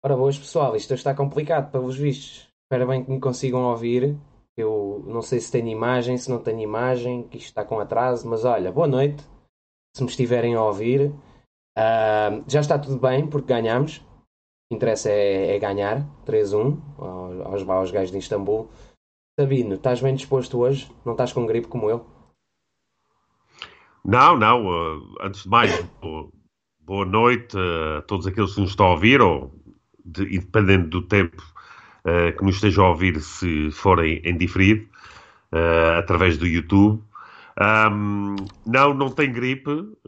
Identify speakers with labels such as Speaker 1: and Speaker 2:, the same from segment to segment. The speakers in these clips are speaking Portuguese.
Speaker 1: Ora boas pessoal, isto está complicado pelos vistos. Espero bem que me consigam ouvir. Eu não sei se tenho imagem, se não tenho imagem, que isto está com atraso, mas olha, boa noite, se me estiverem a ouvir. Já está tudo bem, porque ganhamos. O que interessa é ganhar, 3-1 aos gajos de Istambul. Sabino, estás bem disposto hoje? Não estás com gripe como eu?
Speaker 2: Não, não. Antes de mais, boa noite a todos aqueles que nos estão a ouvir, ou independente do tempo que nos estejam a ouvir, se forem em diferido, através do YouTube. Não, não tenho gripe.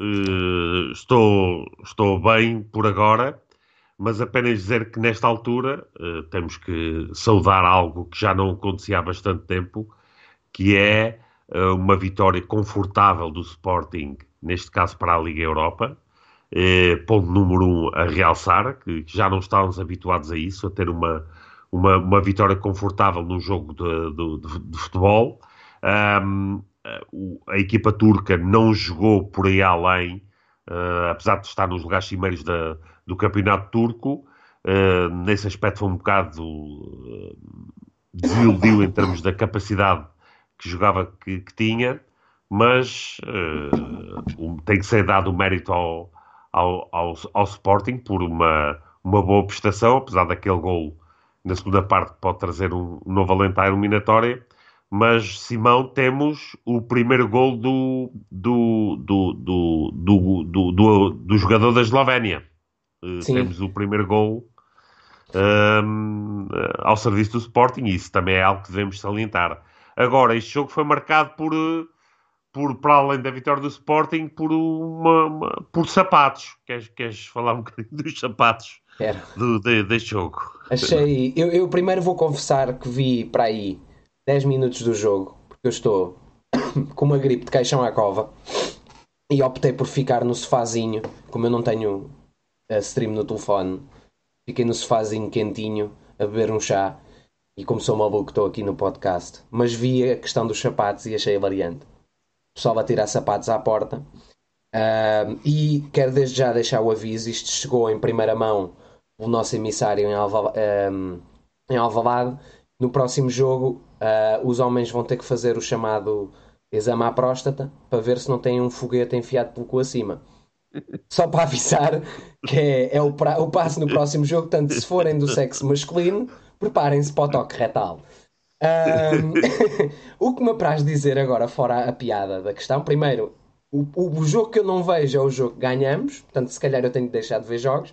Speaker 2: Estou bem por agora, mas apenas dizer que nesta altura temos que saudar algo que já não acontecia há bastante tempo, que é uma vitória confortável do Sporting, neste caso para a Liga Europa. Ponto número um a realçar, que já não estávamos habituados a isso, a ter uma vitória confortável num jogo de futebol. A equipa turca não jogou por aí além, apesar de estar nos lugares cimeiros do campeonato turco. Nesse aspecto foi um bocado desiludiu em termos da capacidade que jogava que tinha, mas tem que ser dado o mérito ao Sporting por uma boa prestação, apesar daquele gol na segunda parte que pode trazer um novo alento à eliminatória. Mas, Simão, temos o primeiro gol do jogador da Eslovénia.
Speaker 1: Sim.
Speaker 2: Temos o primeiro gol ao serviço do Sporting, e isso também é algo que devemos salientar. Agora, este jogo foi marcado para além da vitória do Sporting, por sapatos. Queres falar um bocadinho dos sapatos
Speaker 1: Era.
Speaker 2: deste jogo?
Speaker 1: Achei. Eu primeiro vou confessar que vi para aí 10 minutos do jogo, porque eu estou com uma gripe de caixão à cova e optei por ficar no sofazinho, como eu não tenho a stream no telefone, fiquei no sofazinho quentinho a beber um chá e como sou maluco estou aqui no podcast. Mas vi a questão dos sapatos e achei a variante. O pessoal a tirar sapatos à porta. E quero desde já deixar o aviso, isto chegou em primeira mão o nosso emissário em Alvalade. No próximo jogo, os homens vão ter que fazer o chamado exame à próstata para ver se não têm um foguete enfiado pelo cu acima. Só para avisar que o passo no próximo jogo, tanto se forem do sexo masculino, preparem-se para o toque retal. Ahm, o que me apraz dizer agora, fora a piada da questão, primeiro, o jogo que eu não vejo é o jogo que ganhamos, portanto, se calhar eu tenho que deixar de ver jogos.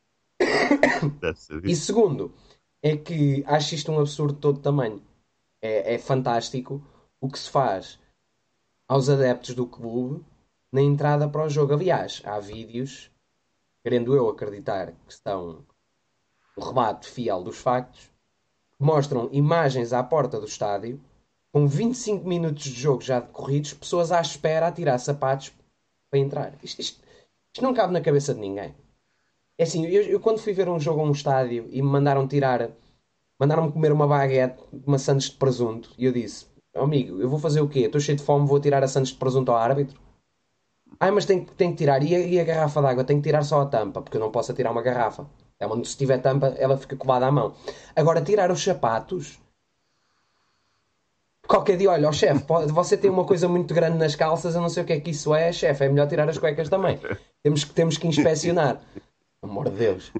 Speaker 2: Deve ser
Speaker 1: E
Speaker 2: isso.
Speaker 1: segundo, é que acho isto um absurdo de todo tamanho. É fantástico o que se faz aos adeptos do clube na entrada para o jogo. Aliás, há vídeos, querendo eu acreditar que estão o rebate fiel dos factos, que mostram imagens à porta do estádio com 25 minutos de jogo já decorridos, pessoas à espera a tirar sapatos para entrar. Isto não cabe na cabeça de ninguém. É assim, eu quando fui ver um jogo a um estádio e me mandaram tirar, mandaram-me comer uma baguete, uma sandes de presunto, e eu disse, "Oh, amigo, eu vou fazer o quê? Estou cheio de fome, vou tirar a sandes de presunto ao árbitro? Ah, mas tem que tirar. E a garrafa d'água? Tem que tirar só a tampa, porque eu não posso tirar uma garrafa. É onde se tiver tampa, ela fica colada à mão. Agora, tirar os sapatos, qualquer dia, olha, ó chefe, você tem uma coisa muito grande nas calças, eu não sei o que é que isso é, chefe, é melhor tirar as cuecas também. Temos que inspecionar. Amor de Deus.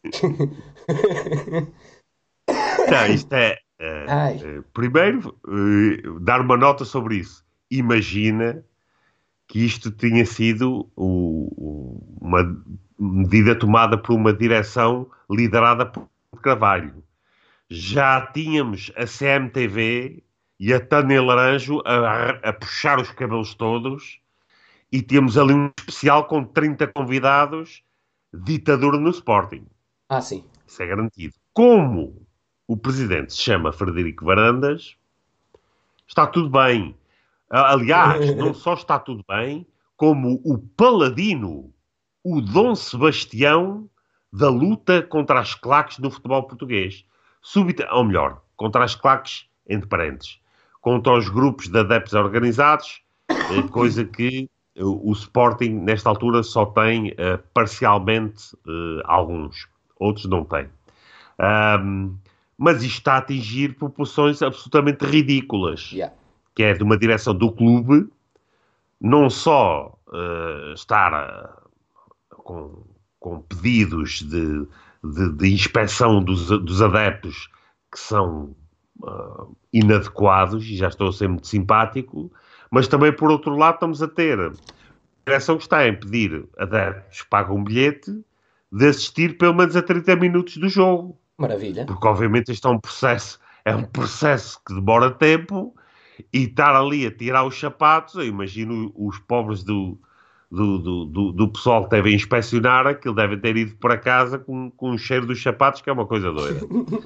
Speaker 2: Não, isto
Speaker 1: Ai,
Speaker 2: primeiro, dar uma nota sobre isso. Imagina que isto tinha sido uma medida tomada por uma direção liderada por Carvalho. Já tínhamos a CMTV e a Tânia Laranjo a puxar os cabelos todos, e temos ali um especial com 30 convidados, ditadura no Sporting.
Speaker 1: sim.
Speaker 2: Isso é garantido. Como o presidente se chama Frederico Varandas, está tudo bem. Aliás, não só está tudo bem, como o paladino, o Dom Sebastião da luta contra as claques do futebol português. Ou melhor, contra as claques, entre parênteses, contra os grupos de adeptos organizados, coisa que o Sporting, nesta altura, só tem parcialmente alguns. Outros não têm. Ahm, mas isto está a atingir proporções absolutamente ridículas,
Speaker 1: Yeah.
Speaker 2: que é de uma direção do clube não só estar com, com pedidos de inspeção dos adeptos que são inadequados, e já estou a ser muito simpático, mas também, por outro lado, estamos a ter a direção que está a impedir adeptos que pagam um bilhete de assistir pelo menos a 30 minutos do jogo.
Speaker 1: Maravilha.
Speaker 2: Porque, obviamente, isto é um processo que demora tempo e estar ali a tirar os sapatos, eu imagino os pobres do pessoal que devem inspecionar aquilo, devem ter ido para casa com o cheiro dos sapatos, que é uma coisa doida.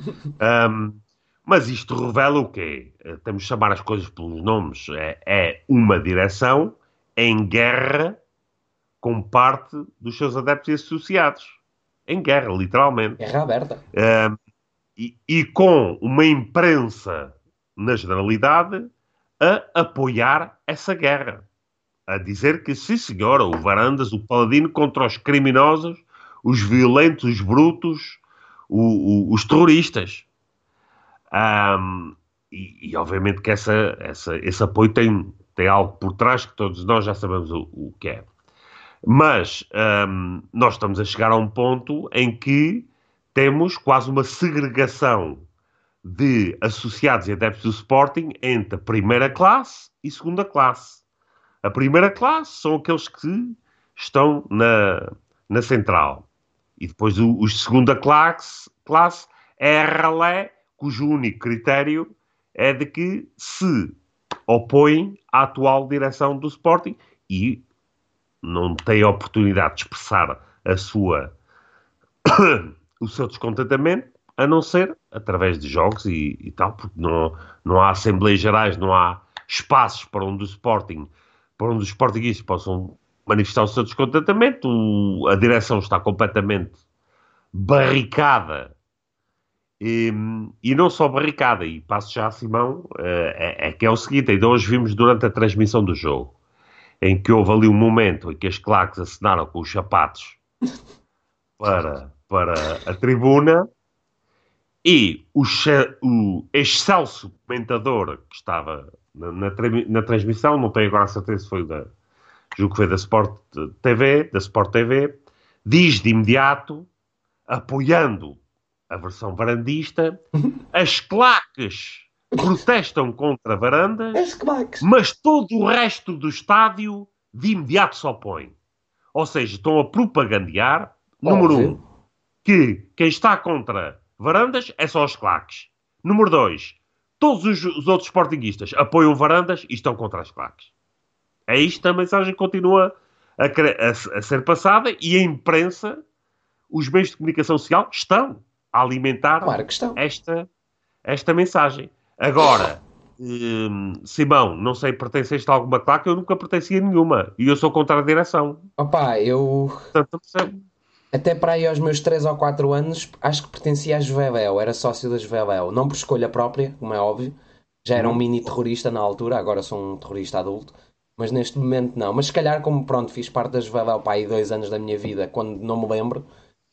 Speaker 2: Mas isto revela o quê? Temos de chamar as coisas pelos nomes. É uma direção em guerra com parte dos seus adeptos e associados. Em guerra, literalmente.
Speaker 1: Guerra aberta.
Speaker 2: E com uma imprensa, na generalidade, a apoiar essa guerra. A dizer que, sim senhora, o Varandas, o paladino contra os criminosos, os violentos, os brutos, os terroristas. E obviamente que esse apoio tem algo por trás que todos nós já sabemos o que é. Mas nós estamos a chegar a um ponto em que temos quase uma segregação de associados e adeptos do Sporting entre a primeira classe e segunda classe. A primeira classe são aqueles que estão na central. E depois os de segunda classe é a ralé, cujo único critério é de que se opõem à atual direção do Sporting e não têm a oportunidade de expressar o seu descontentamento, a não ser através de jogos e tal, porque não há Assembleias Gerais, não há espaços para onde os sportinguistas possam manifestar o seu descontentamento. A direção está completamente barricada e não só barricada, e passo já a Simão, que é o seguinte, ainda hoje vimos durante a transmissão do jogo, em que houve ali um momento em que as claques assinaram com os sapatos para a tribuna e o excelso comentador que estava na transmissão, não tenho agora a certeza se foi julgo que foi da Sport TV, diz de imediato, apoiando a versão varandista, as claques protestam contra Varandas, mas todo o resto do estádio de imediato se opõe. Ou seja, estão a propagandear, número
Speaker 1: Óbvio.
Speaker 2: 1, que quem está contra Varandas é só os claques. Número 2, todos os outros sportinguistas apoiam Varandas e estão contra as claques. É isto, a mensagem continua a ser passada e a imprensa, os meios de comunicação social estão a alimentar
Speaker 1: Claro que estão.
Speaker 2: esta mensagem. Agora, Simão, não sei, pertenceste a alguma claque? Eu nunca pertenci a nenhuma. E eu sou contra a direção.
Speaker 1: Opa, eu
Speaker 2: Portanto, não percebo.
Speaker 1: até para aí aos meus 3 ou 4 anos acho que pertencia à Juveléu, era sócio da Juveléu. Não por escolha própria, como é óbvio. Já era um mini terrorista na altura, agora sou um terrorista adulto. Mas neste momento não. Mas se calhar, como pronto, fiz parte da Juveléu para aí 2 anos da minha vida, quando não me lembro,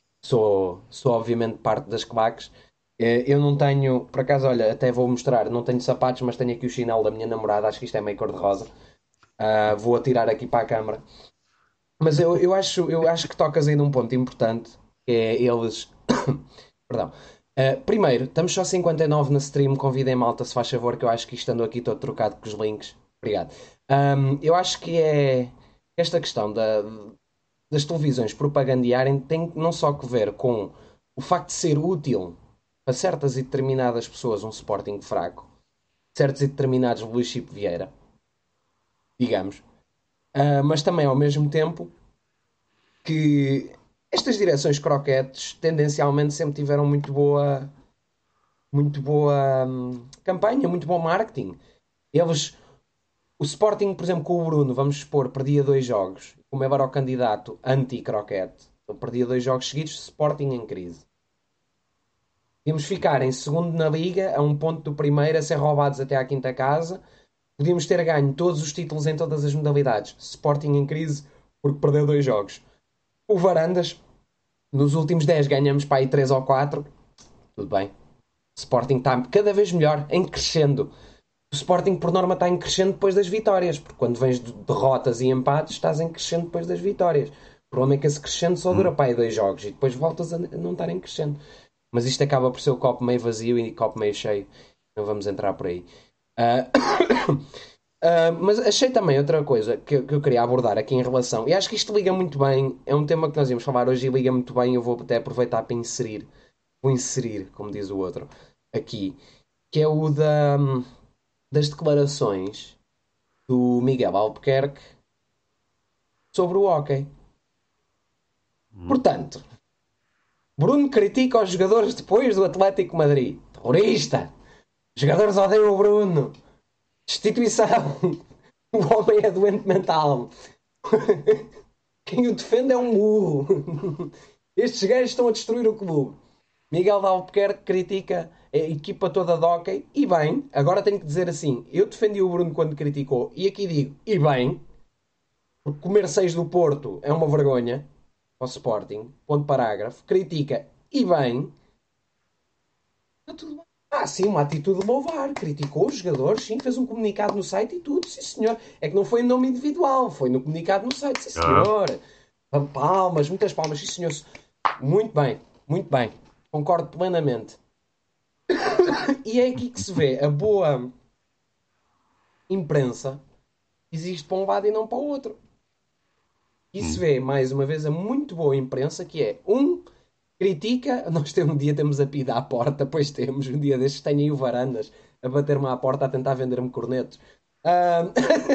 Speaker 1: sou obviamente parte das claques. Eu não tenho, por acaso, olha, até vou mostrar, não tenho sapatos, mas tenho aqui o chinelo da minha namorada, acho que isto é meio cor-de-rosa. Vou atirar aqui para a câmara. Mas eu acho que tocas aí num ponto importante, que é eles. Perdão. Primeiro, estamos só 59 na stream, convidem malta se faz favor, que eu acho que isto andou aqui todo trocado com os links. Obrigado. Eu acho que é esta questão das televisões propagandearem tem não só que ver com o facto de ser útil a certas e determinadas pessoas um Sporting fraco, certos e determinados Luís Chico Vieira, digamos, mas também ao mesmo tempo que estas direções croquetes tendencialmente sempre tiveram muito boa campanha, muito bom marketing. Eles, o Sporting, por exemplo, com o Bruno, vamos supor, perdia 2 jogos, como era o candidato anti-croquete, ele perdia 2 jogos seguidos, Sporting em crise. Podíamos ficar em segundo na Liga, a um ponto do primeiro, a ser roubados até à quinta casa. Podíamos ter ganho todos os títulos em todas as modalidades. Sporting em crise, porque perdeu 2 jogos. O Varandas, nos últimos 10 ganhamos para aí 3 ou 4. Tudo bem. O Sporting está cada vez melhor, em crescendo. O Sporting, por norma, está em crescendo depois das vitórias, porque quando vens de derrotas e empates, estás em crescendo depois das vitórias. O problema é que esse crescendo só dura
Speaker 2: Hum.
Speaker 1: para aí 2 jogos e depois voltas a não estar em crescendo. Mas isto acaba por ser o copo meio vazio e copo meio cheio. Não vamos entrar por aí. Ah, mas achei também outra coisa que eu queria abordar aqui em relação, e acho que isto liga muito bem, é um tema que nós íamos falar hoje e liga muito bem, eu vou até aproveitar para inserir, vou inserir, como diz o outro, aqui, que é o das declarações do Miguel Albuquerque sobre o hóquei.
Speaker 2: Hum.
Speaker 1: Portanto, Bruno critica os jogadores depois do Atlético Madrid. Terrorista! Os jogadores odeiam o Bruno! Destituição! O homem é doente mental! Quem o defende é um burro! Estes gajos estão a destruir o clube. Miguel de Albuquerque critica a equipa toda de hóquei e bem, agora tenho que dizer assim, eu defendi o Bruno quando criticou e aqui digo, e bem, porque comer 6 do Porto é uma vergonha ao Sporting, ponto parágrafo, critica e bem, está tudo bem. Ah, sim, uma atitude de louvar, criticou os jogadores, sim, fez um comunicado no site e tudo, sim senhor. É que não foi em nome individual, foi no comunicado no site, sim
Speaker 2: Ah.
Speaker 1: senhor. Palmas, muitas palmas, sim senhor. Muito bem, concordo plenamente. E é aqui que se vê a boa imprensa existe para um lado e não para o outro. E se
Speaker 2: Hum.
Speaker 1: vê, mais uma vez, a muito boa imprensa que é, critica, nós temos um dia temos a PIDA à porta, pois temos, um dia destes tenho aí o Varandas a bater-me à porta a tentar vender-me cornetos. Ahm,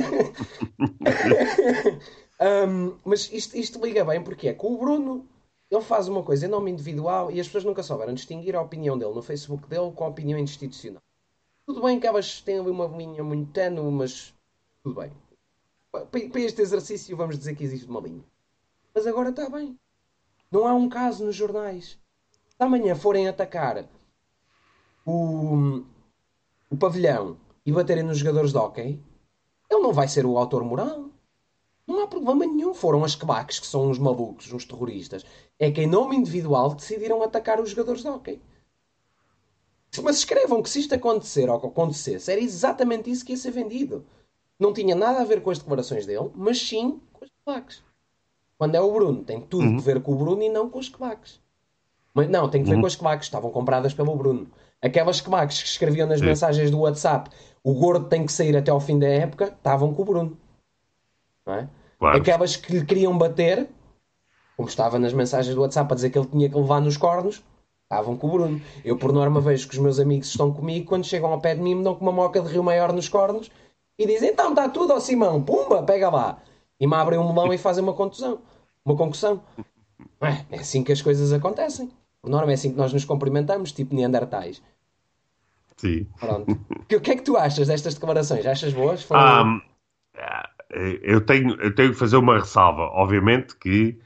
Speaker 1: mas isto liga bem porque é que o Bruno ele faz uma coisa em nome individual e as pessoas nunca souberam distinguir a opinião dele no Facebook dele com a opinião institucional. Tudo bem que elas têm ali uma linha muito ténue, mas tudo bem. Para este exercício vamos dizer que existe uma linha. Mas agora está bem. Não há um caso nos jornais. Se amanhã forem atacar o, o pavilhão e baterem nos jogadores de hóquei, ele não vai ser o autor moral. Não há problema nenhum. Foram as claques, que são uns malucos, uns terroristas. É que em nome individual decidiram atacar os jogadores de hóquei. Mas escrevam que se isto acontecer ou que acontecesse, era exatamente isso que ia ser vendido. Não tinha nada a ver com as declarações dele, mas sim com as claques. Quando é o Bruno, tem tudo que
Speaker 2: Uhum.
Speaker 1: ver com o Bruno e não com as claques. Mas não, tem que ver com
Speaker 2: Uhum.
Speaker 1: as claques. Estavam compradas pelo Bruno. Aquelas claques que escreviam nas
Speaker 2: Sim,
Speaker 1: mensagens do WhatsApp o gordo tem que sair até ao fim da época, estavam com o Bruno. Não é?
Speaker 2: claro.
Speaker 1: Aquelas que lhe queriam bater, como estava nas mensagens do WhatsApp a dizer que ele tinha que levar nos cornos, estavam com o Bruno. Eu, por norma, vejo que os meus amigos estão comigo quando chegam ao pé de mim, me dão com uma moca de Rio Maior nos cornos e dizem: então está tudo, ó Simão, pumba, pega lá. E me abrem um melão e fazem uma contusão. Uma concussão. É assim que as coisas acontecem. Por norma, é assim que nós nos cumprimentamos, tipo Neandertais.
Speaker 2: Sim.
Speaker 1: Pronto. O que é que tu achas destas declarações? Achas boas? Foram.
Speaker 2: Ah, eu tenho que fazer uma ressalva. Obviamente que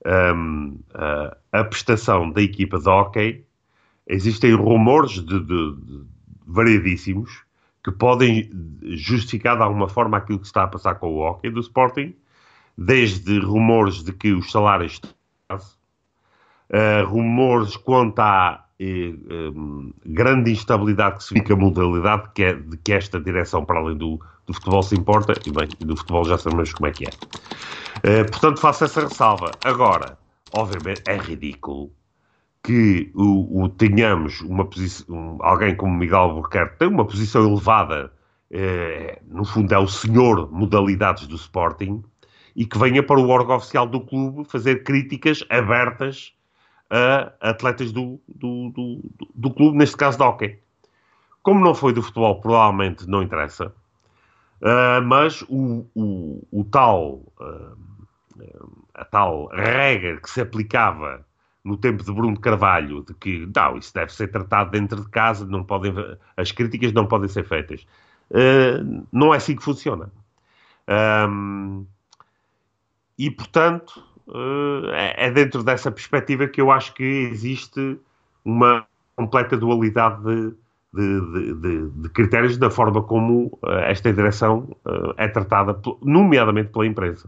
Speaker 2: a prestação da equipa de hóquei, existem rumores de variadíssimos que podem justificar de alguma forma aquilo que se está a passar com o hóquei do Sporting, desde rumores de que os salários rumores quanto à grande instabilidade que se fica a modalidade, de que esta direção, para além do futebol, se importa, e bem, do futebol já sabemos como é que é. Portanto, faço essa ressalva. Agora, obviamente, é ridículo que tenhamos alguém como Miguel Albuquerque, tem uma posição elevada, no fundo é o senhor modalidades do Sporting, e que venha para o órgão oficial do clube fazer críticas abertas a atletas do clube, neste caso de hóquei. Como não foi do futebol, provavelmente não interessa, mas a tal regra que se aplicava no tempo de Bruno Carvalho, de que não, isso deve ser tratado dentro de casa, as críticas não podem ser feitas. Não é assim que funciona. E, portanto, é dentro dessa perspectiva que eu acho que existe uma completa dualidade de critérios da forma como esta direção é tratada, nomeadamente pela imprensa.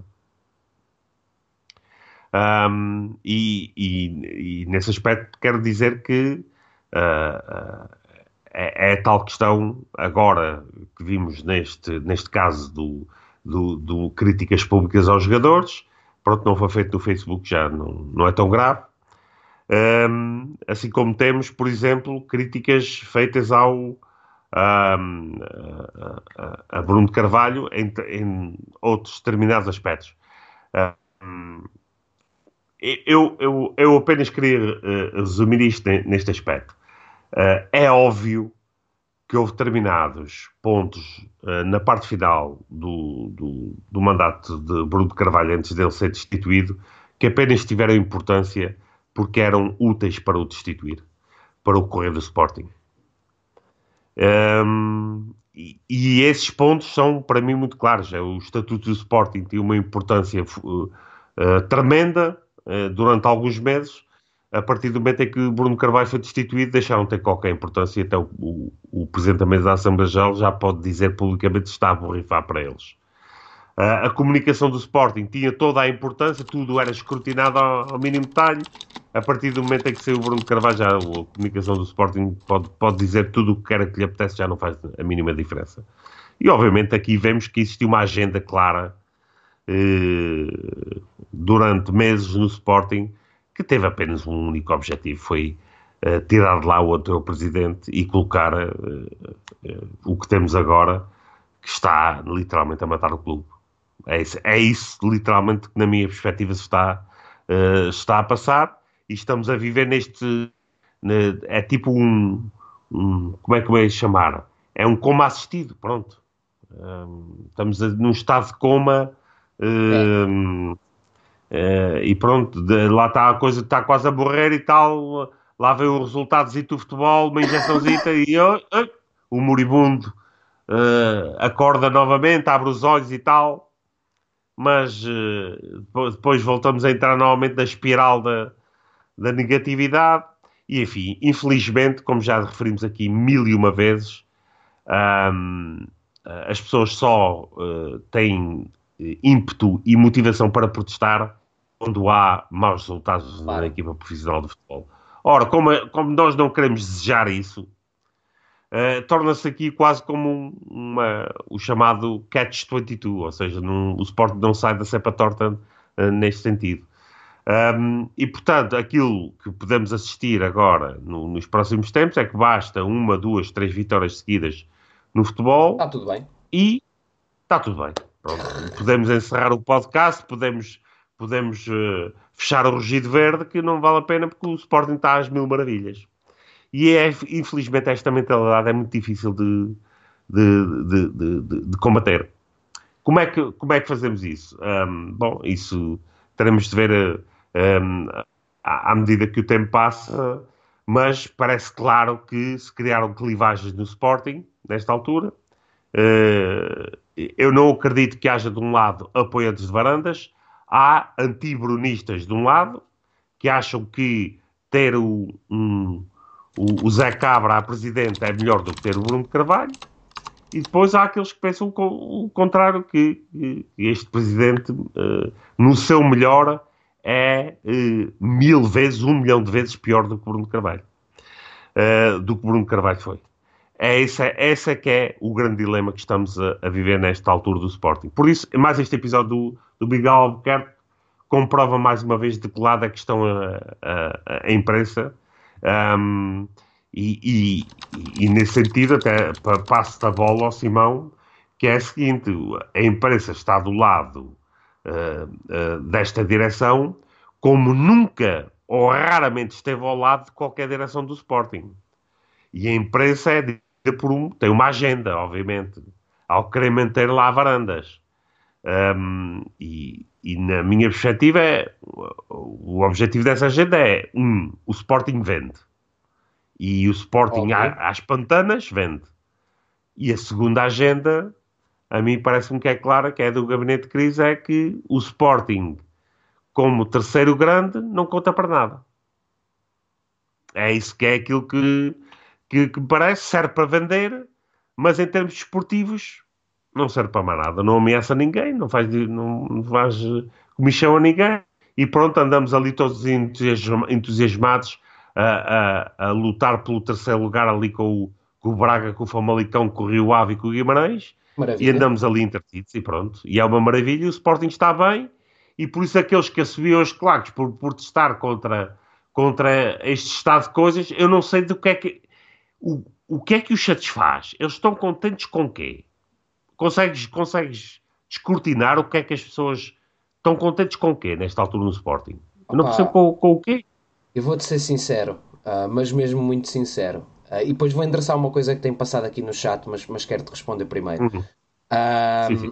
Speaker 2: E nesse aspecto quero dizer que Uh, é a tal questão, agora que vimos neste caso do críticas públicas aos jogadores, pronto, não foi feito no Facebook, já não é tão grave. Assim como temos, por exemplo, críticas feitas a Bruno de Carvalho em outros determinados aspectos. Eu apenas queria resumir isto neste aspecto. É óbvio que houve determinados pontos na parte final do mandato de Bruno de Carvalho, antes dele ser destituído, que apenas tiveram importância porque eram úteis para o destituir, para o correr do Sporting. E esses pontos são, para mim, muito claros. O Estatuto do Sporting tinha uma importância tremenda durante alguns meses. A partir do momento em que Bruno Carvalho foi destituído, deixaram de ter qualquer importância. Até o Presidente da Mesa da Assembleia Geral já pode dizer publicamente que está a borrifar para eles. A comunicação do Sporting tinha toda a importância, tudo era escrutinado ao mínimo detalhe. A partir do momento em que saiu o Bruno Carvalho, já a comunicação do Sporting pode dizer tudo o que quer que lhe apetece, já não faz a mínima diferença. E obviamente aqui vemos que existiu uma agenda clara durante meses no Sporting, que teve apenas um único objetivo, foi tirar de lá o anterior presidente e colocar o que temos agora, que está literalmente a matar o clube. É isso literalmente que na minha perspectiva está a passar, e estamos a viver é tipo como é que eu ia chamar? É um coma assistido, pronto. Estamos num estado de coma e pronto, lá está a coisa, está quase a morrer e tal, lá vem o resultado do futebol, uma injeçãozita e o moribundo acorda novamente, abre os olhos e tal, mas depois voltamos a entrar novamente na espiral da negatividade e enfim, infelizmente, como já referimos aqui mil e uma vezes, as pessoas só têm ímpeto e motivação para protestar quando há maus resultados na equipa profissional de futebol. Ora, como nós não queremos desejar isso, torna-se aqui quase como o chamado catch-22, ou seja, o Sporting não sai da cepa torta neste sentido. E, portanto, aquilo que podemos assistir agora nos próximos tempos é que basta 1, 2, 3 vitórias seguidas no futebol.
Speaker 1: Está tudo bem.
Speaker 2: E está tudo bem. Pronto. Podemos encerrar o podcast, podemos fechar o rugido verde, que não vale a pena porque o Sporting está às mil maravilhas. E infelizmente esta mentalidade é muito difícil de combater. Como é que fazemos isso? Bom, isso teremos de ver à medida que o tempo passa, mas parece claro que se criaram clivagens no Sporting, nesta altura. Eu não acredito que haja de um lado apoiantes de Varandas, há anti-brunistas de um lado, que acham que ter o Zé Cabra a presidente é melhor do que ter o Bruno de Carvalho, e depois há aqueles que pensam o contrário, que este presidente, no seu melhor, é 1000 vezes, 1 milhão de vezes pior do que o Bruno de Carvalho. Do que o Bruno de Carvalho foi. Esse é que é o grande dilema que estamos a viver nesta altura do Sporting. Por isso, mais este episódio do Miguel Albuquerque comprova mais uma vez de que lado é que estão a imprensa. E nesse sentido, até passo a bola ao Simão, que é a seguinte: a imprensa está do lado desta direção, como nunca ou raramente esteve ao lado de qualquer direção do Sporting. E a imprensa tem uma agenda, obviamente, ao querer manter lá Varandas. E na minha perspectiva, o objetivo dessa agenda é, o Sporting vende. E o Sporting às pantanas vende. E a segunda agenda, a mim parece-me que é clara, que é do Gabinete de Crise, é que o Sporting, como terceiro grande, não conta para nada. É isso que é aquilo que me parece, serve para vender, mas em termos desportivos não serve para mais nada. Não ameaça ninguém, não faz comichão a ninguém. E pronto, andamos ali todos entusiasmados a lutar pelo terceiro lugar ali com o Braga, com o Famalicão, com o Rio Ave e com o Guimarães, e
Speaker 1: Maravilha.
Speaker 2: andamos ali entretidos e pronto. E é uma maravilha, e o Sporting está bem, e por isso aqueles que assobiam os claques por protestar contra este estado de coisas, eu não sei do que é que... O que é que os satisfaz? Eles estão contentes com o quê? Consegues descortinar o que é que as pessoas estão contentes com o quê nesta altura no Sporting? Eu não percebo
Speaker 1: Opa,
Speaker 2: com o quê.
Speaker 1: eu vou-te ser sincero, mas mesmo muito sincero. E depois vou endereçar uma coisa que tem passado aqui no chat, mas quero-te responder primeiro.
Speaker 2: Uhum.
Speaker 1: Ah,
Speaker 2: Sim, sim.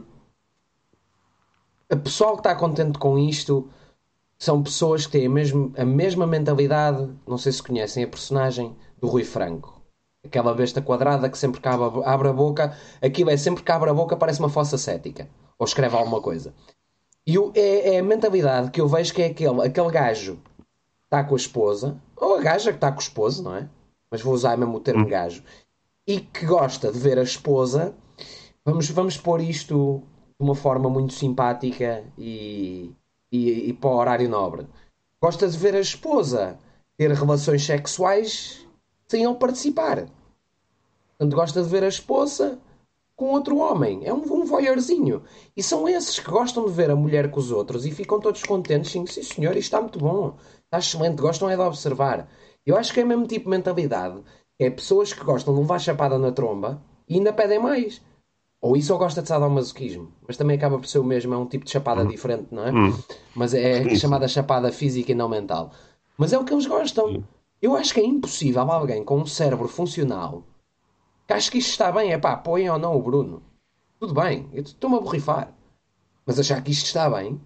Speaker 1: a pessoal que está contente com isto são pessoas que têm a mesma mentalidade. Não sei se conhecem a personagem do Rui Franco. Aquela besta quadrada que sempre que abre a boca, aquilo é sempre que abre a boca parece uma fossa cética. Ou escreve alguma coisa. E é a mentalidade que eu vejo que é aquele gajo que está com a esposa, ou a gaja que está com o esposo, não é? Mas vou usar mesmo o termo
Speaker 2: Uhum.
Speaker 1: gajo. E que gosta de ver a esposa. Vamos pôr isto de uma forma muito simpática e para o horário nobre. Gosta de ver a esposa ter relações sexuais sem ele participar. Portanto, gosta de ver a esposa com outro homem. É um voyeurzinho. E são esses que gostam de ver a mulher com os outros e ficam todos contentes. Sim, sim senhor, isto está muito bom. Está excelente. Gostam é de observar. Eu acho que é o mesmo tipo de mentalidade. É pessoas que gostam de levar chapada na tromba e ainda pedem mais. Ou isso ou gosta de sadomasoquismo. Mas também acaba por ser o mesmo. É um tipo de chapada
Speaker 2: Uhum.
Speaker 1: diferente, não é?
Speaker 2: Uhum.
Speaker 1: Mas é
Speaker 2: Sim, sim,
Speaker 1: chamada chapada física e não mental. Mas é o que eles gostam.
Speaker 2: sim.
Speaker 1: Eu acho que é impossível alguém com um cérebro funcional que acho que isto está bem. É pá, apoiem ou não o Bruno. Tudo bem, eu estou-me a borrifar. Mas achar que isto está bem.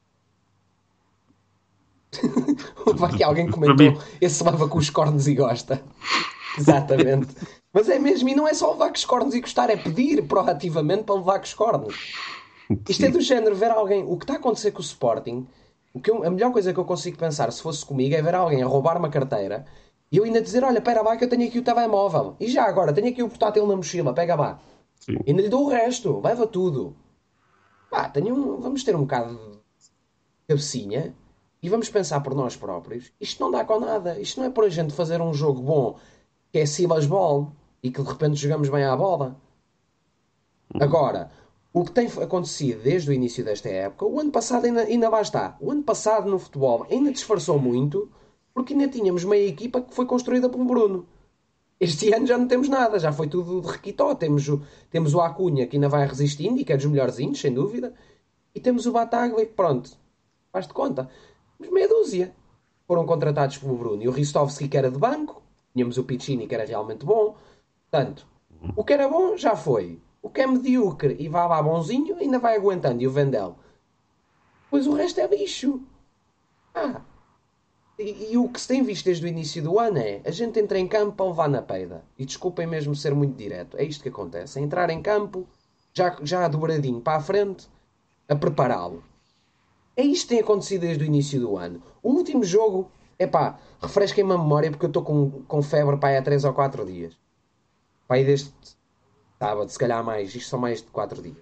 Speaker 1: Houve aqui alguém que
Speaker 2: Para
Speaker 1: comentou:
Speaker 2: mim,
Speaker 1: esse leva com os cornos e gosta. Exatamente. Mas é mesmo, e não é só levar com os cornos e gostar, é pedir proativamente para levar com os cornos. Isto é
Speaker 2: sim.
Speaker 1: do género, ver alguém. O que está a acontecer com o Sporting, a melhor coisa que eu consigo pensar se fosse comigo é ver alguém a roubar uma carteira e eu ainda dizer: olha, pera lá que eu tenho aqui o telemóvel. E já agora, tenho aqui o portátil na mochila, pega lá.
Speaker 2: Sim.
Speaker 1: E ainda lhe dou o resto, leva tudo. Pá, vamos ter um bocado de cabecinha e vamos pensar por nós próprios. Isto não dá com nada. Isto não é por a gente fazer um jogo bom que é Silas Ball e que de repente jogamos bem à bola.
Speaker 2: Uhum.
Speaker 1: Agora, o que tem acontecido desde o início desta época, o ano passado ainda lá está. O ano passado no futebol ainda disfarçou muito porque ainda tínhamos meia equipa que foi construída pelo Bruno. Este ano já não temos nada, já foi tudo de requitó. Temos o Acunha que ainda vai resistindo e que é dos melhorzinhos, sem dúvida. E temos o Bataglia que, pronto, faz de conta. Temos meia dúzia. Foram contratados pelo Bruno. E o Ristovski que era de banco. Tínhamos o Piccini que era realmente bom. Portanto, o que era bom já foi. O que é medíocre e vá lá bonzinho ainda vai aguentando. E o Vendel. Pois o resto é lixo. Ah, e o que se tem visto desde o início do ano é a gente entra em campo para levar na peida. E desculpem mesmo ser muito direto. É isto que acontece. É entrar em campo, já dobradinho para a frente, a prepará-lo. É isto que tem acontecido desde o início do ano. O último jogo, é pá, refresquem-me a memória porque eu estou com febre para aí há 3 ou 4 dias. Para aí desde sábado, se calhar mais. Isto são mais de 4 dias.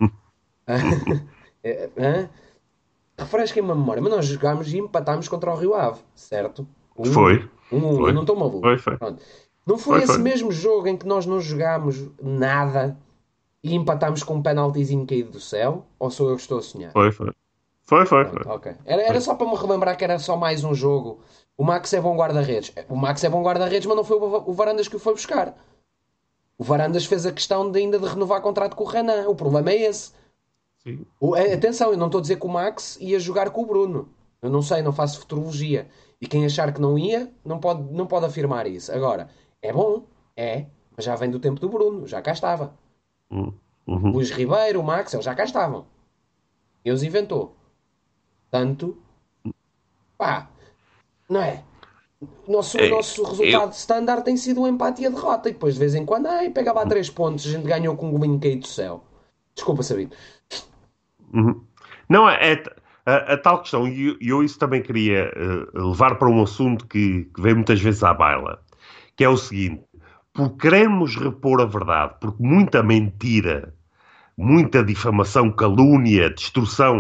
Speaker 1: Hã? Refresquem-me a memória. Mas nós jogámos e empatámos contra o Rio Ave, certo?
Speaker 2: Foi.
Speaker 1: 1-1. Eu
Speaker 2: Foi.
Speaker 1: não estou maluco.
Speaker 2: Foi, foi.
Speaker 1: Pronto. Não foi
Speaker 2: Foi,
Speaker 1: esse
Speaker 2: foi.
Speaker 1: mesmo jogo em que nós não jogámos nada e empatámos com um penaltizinho caído do céu? Ou sou eu que estou a sonhar?
Speaker 2: Foi, foi. Foi, foi,
Speaker 1: Pronto,
Speaker 2: foi.
Speaker 1: ok. Era
Speaker 2: Foi.
Speaker 1: só para me relembrar que era só mais um jogo. O Max é bom guarda-redes. O Max é bom guarda-redes, mas não foi o Varandas que o foi buscar. O Varandas fez a questão de ainda de renovar contrato com o Renan. O problema é esse.
Speaker 2: Sim.
Speaker 1: Atenção, eu não estou a dizer que o Max ia jogar com o Bruno. Eu não sei, não faço futurologia. E quem achar que não ia, não pode afirmar isso. Agora, é bom, é, mas já vem do tempo do Bruno, já cá estava. O
Speaker 2: Uhum.
Speaker 1: Luís Ribeiro, o Max, eles já cá estavam. Eles inventou. Tanto, pá, não é?
Speaker 2: É,
Speaker 1: O nosso
Speaker 2: eu,
Speaker 1: resultado standard tem sido um empate e a derrota. E depois, de vez em quando, pegava lá 3 pontos, a gente ganhou com um golinho caído do céu. Desculpa, Sabino.
Speaker 2: uhum. Não, a tal questão, e eu isso também queria levar para um assunto que vem muitas vezes à baila, que é o seguinte: por queremos repor a verdade, porque muita mentira, muita difamação, calúnia, destruição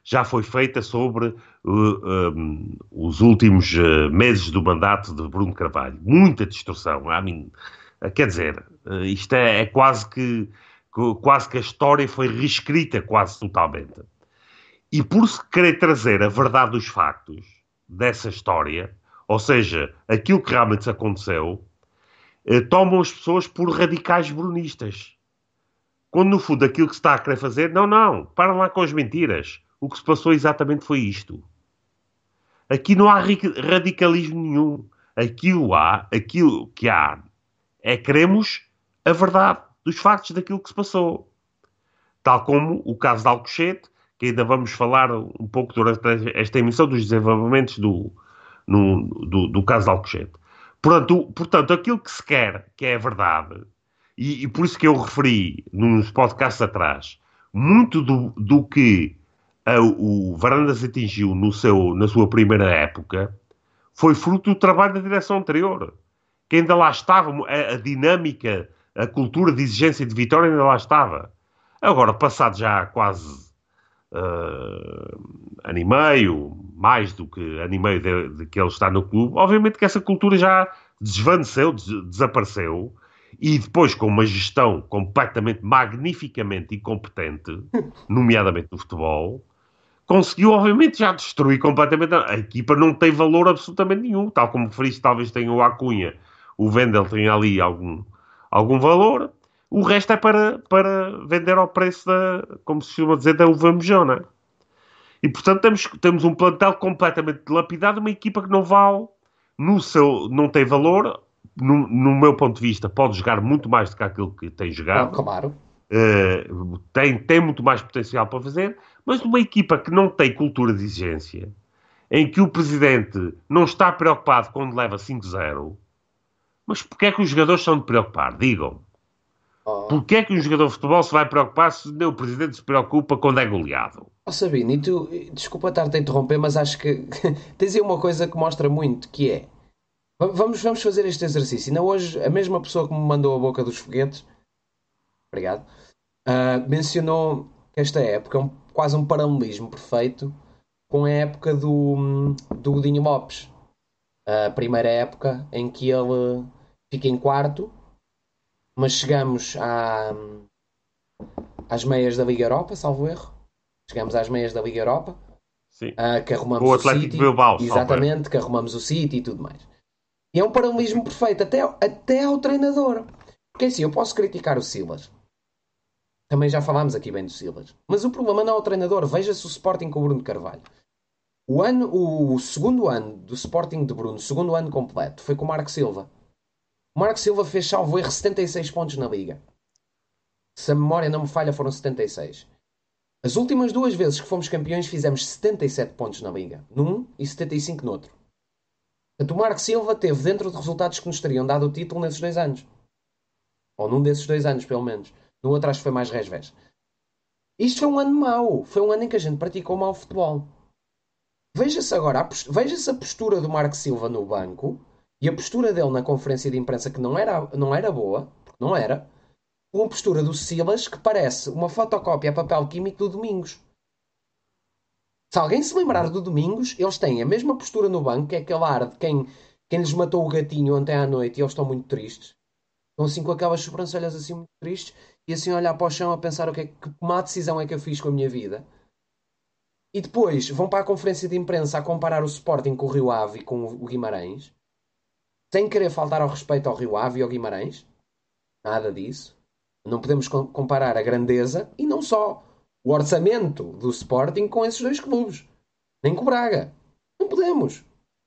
Speaker 2: já foi feita sobre os últimos meses do mandato de Bruno Carvalho. Muita distorção. Quer dizer, isto é quase que a história foi reescrita quase totalmente. E por se querer trazer a verdade dos factos dessa história, ou seja, aquilo que realmente aconteceu, tomam as pessoas por radicais brunistas. Quando no fundo aquilo que se está a querer fazer, não, para lá com as mentiras. O que se passou exatamente foi isto. Aqui não há radicalismo nenhum. Aquilo que há é queremos a verdade dos factos daquilo que se passou. Tal como o caso de Alcochete, que ainda vamos falar um pouco durante esta emissão dos desenvolvimentos do caso de Alcochete. Portanto, aquilo que se quer, que é a verdade, e por isso que eu referi nos podcasts atrás, muito do que o Varandas atingiu na sua primeira época foi fruto do trabalho da direção anterior, que ainda lá estava, a dinâmica, a cultura de exigência e de vitória ainda lá estava. Agora, passado já quase ano e meio, mais do que ano e meio de que ele está no clube, obviamente que essa cultura já desvaneceu, desapareceu, e depois com uma gestão completamente, magnificamente incompetente, nomeadamente no futebol, conseguiu obviamente já destruir completamente. A equipa não tem valor absolutamente nenhum, tal como referiste, talvez tenha o Acunha, o Wendel tem ali algum valor, o resto é para vender ao preço como se costuma dizer, da uva mejona. E portanto temos um plantel completamente dilapidado, uma equipa que não vale, não tem valor, no meu ponto de vista, pode jogar muito mais do que aquilo que tem
Speaker 1: Oh,
Speaker 2: jogado.
Speaker 1: claro.
Speaker 2: Tem muito mais potencial para fazer, mas numa equipa que não tem cultura de exigência, em que o presidente não está preocupado quando leva 5-0, mas porquê é que os jogadores são de preocupar? Digam.
Speaker 1: Oh,
Speaker 2: Porquê é que um jogador de futebol se vai preocupar se nem o presidente se preocupa quando é goleado?
Speaker 1: oh Sabino, e tu, desculpa estar-te a interromper, mas acho que tens aí uma coisa que mostra muito, que é, vamos fazer este exercício. Ainda hoje, a mesma pessoa que me mandou a boca dos foguetes, obrigado, mencionou que esta época é quase um paralelismo perfeito com a época do Godinho Lopes. A primeira época em que ele fica em quarto, mas chegamos às meias da Liga Europa, salvo erro. Chegamos às meias da Liga Europa,
Speaker 2: Sim.
Speaker 1: que
Speaker 2: Com o
Speaker 1: arrumamos o
Speaker 2: Atlético de
Speaker 1: City,
Speaker 2: Bilbao, salvo erro.
Speaker 1: exatamente, que arrumamos o City e tudo mais. E é um paralelismo perfeito, até ao treinador. Porque assim, eu posso criticar o Silas. Também já falámos aqui bem do Silas. Mas o problema não é o treinador. Veja-se o Sporting com o Bruno Carvalho. O segundo ano do Sporting de Bruno, segundo ano completo, foi com o Marco Silva. O Marco Silva fez, salvo erro, 76 pontos na Liga. Se a memória não me falha, foram 76. As últimas duas vezes que fomos campeões fizemos 77 pontos na Liga. Num e 75 no outro. Portanto, o Marco Silva teve dentro de resultados que nos teriam dado o título nesses 2 anos. Ou num desses 2 anos, pelo menos. No outro acho que foi mais resvés. Isto foi um ano mau. Foi um ano em que a gente praticou mau futebol. Veja-se agora, veja-se a postura do Marco Silva no banco e a postura dele na conferência de imprensa que não era boa, porque não era, com a postura do Silas que parece uma fotocópia a papel químico do Domingos. Se alguém se lembrar do Domingos, eles têm a mesma postura no banco, que é aquele ar de quem lhes matou o gatinho ontem à noite e eles estão muito tristes. Estão assim com aquelas sobrancelhas assim muito tristes e assim a olhar para o chão a pensar que má decisão é que eu fiz com a minha vida. E depois vão para a conferência de imprensa a comparar o Sporting com o Rio Ave e com o Guimarães, sem querer faltar ao respeito ao Rio Ave e ao Guimarães. Nada disso. Não podemos comparar a grandeza e não só o orçamento do Sporting com esses dois clubes. Nem com o Braga. Não podemos.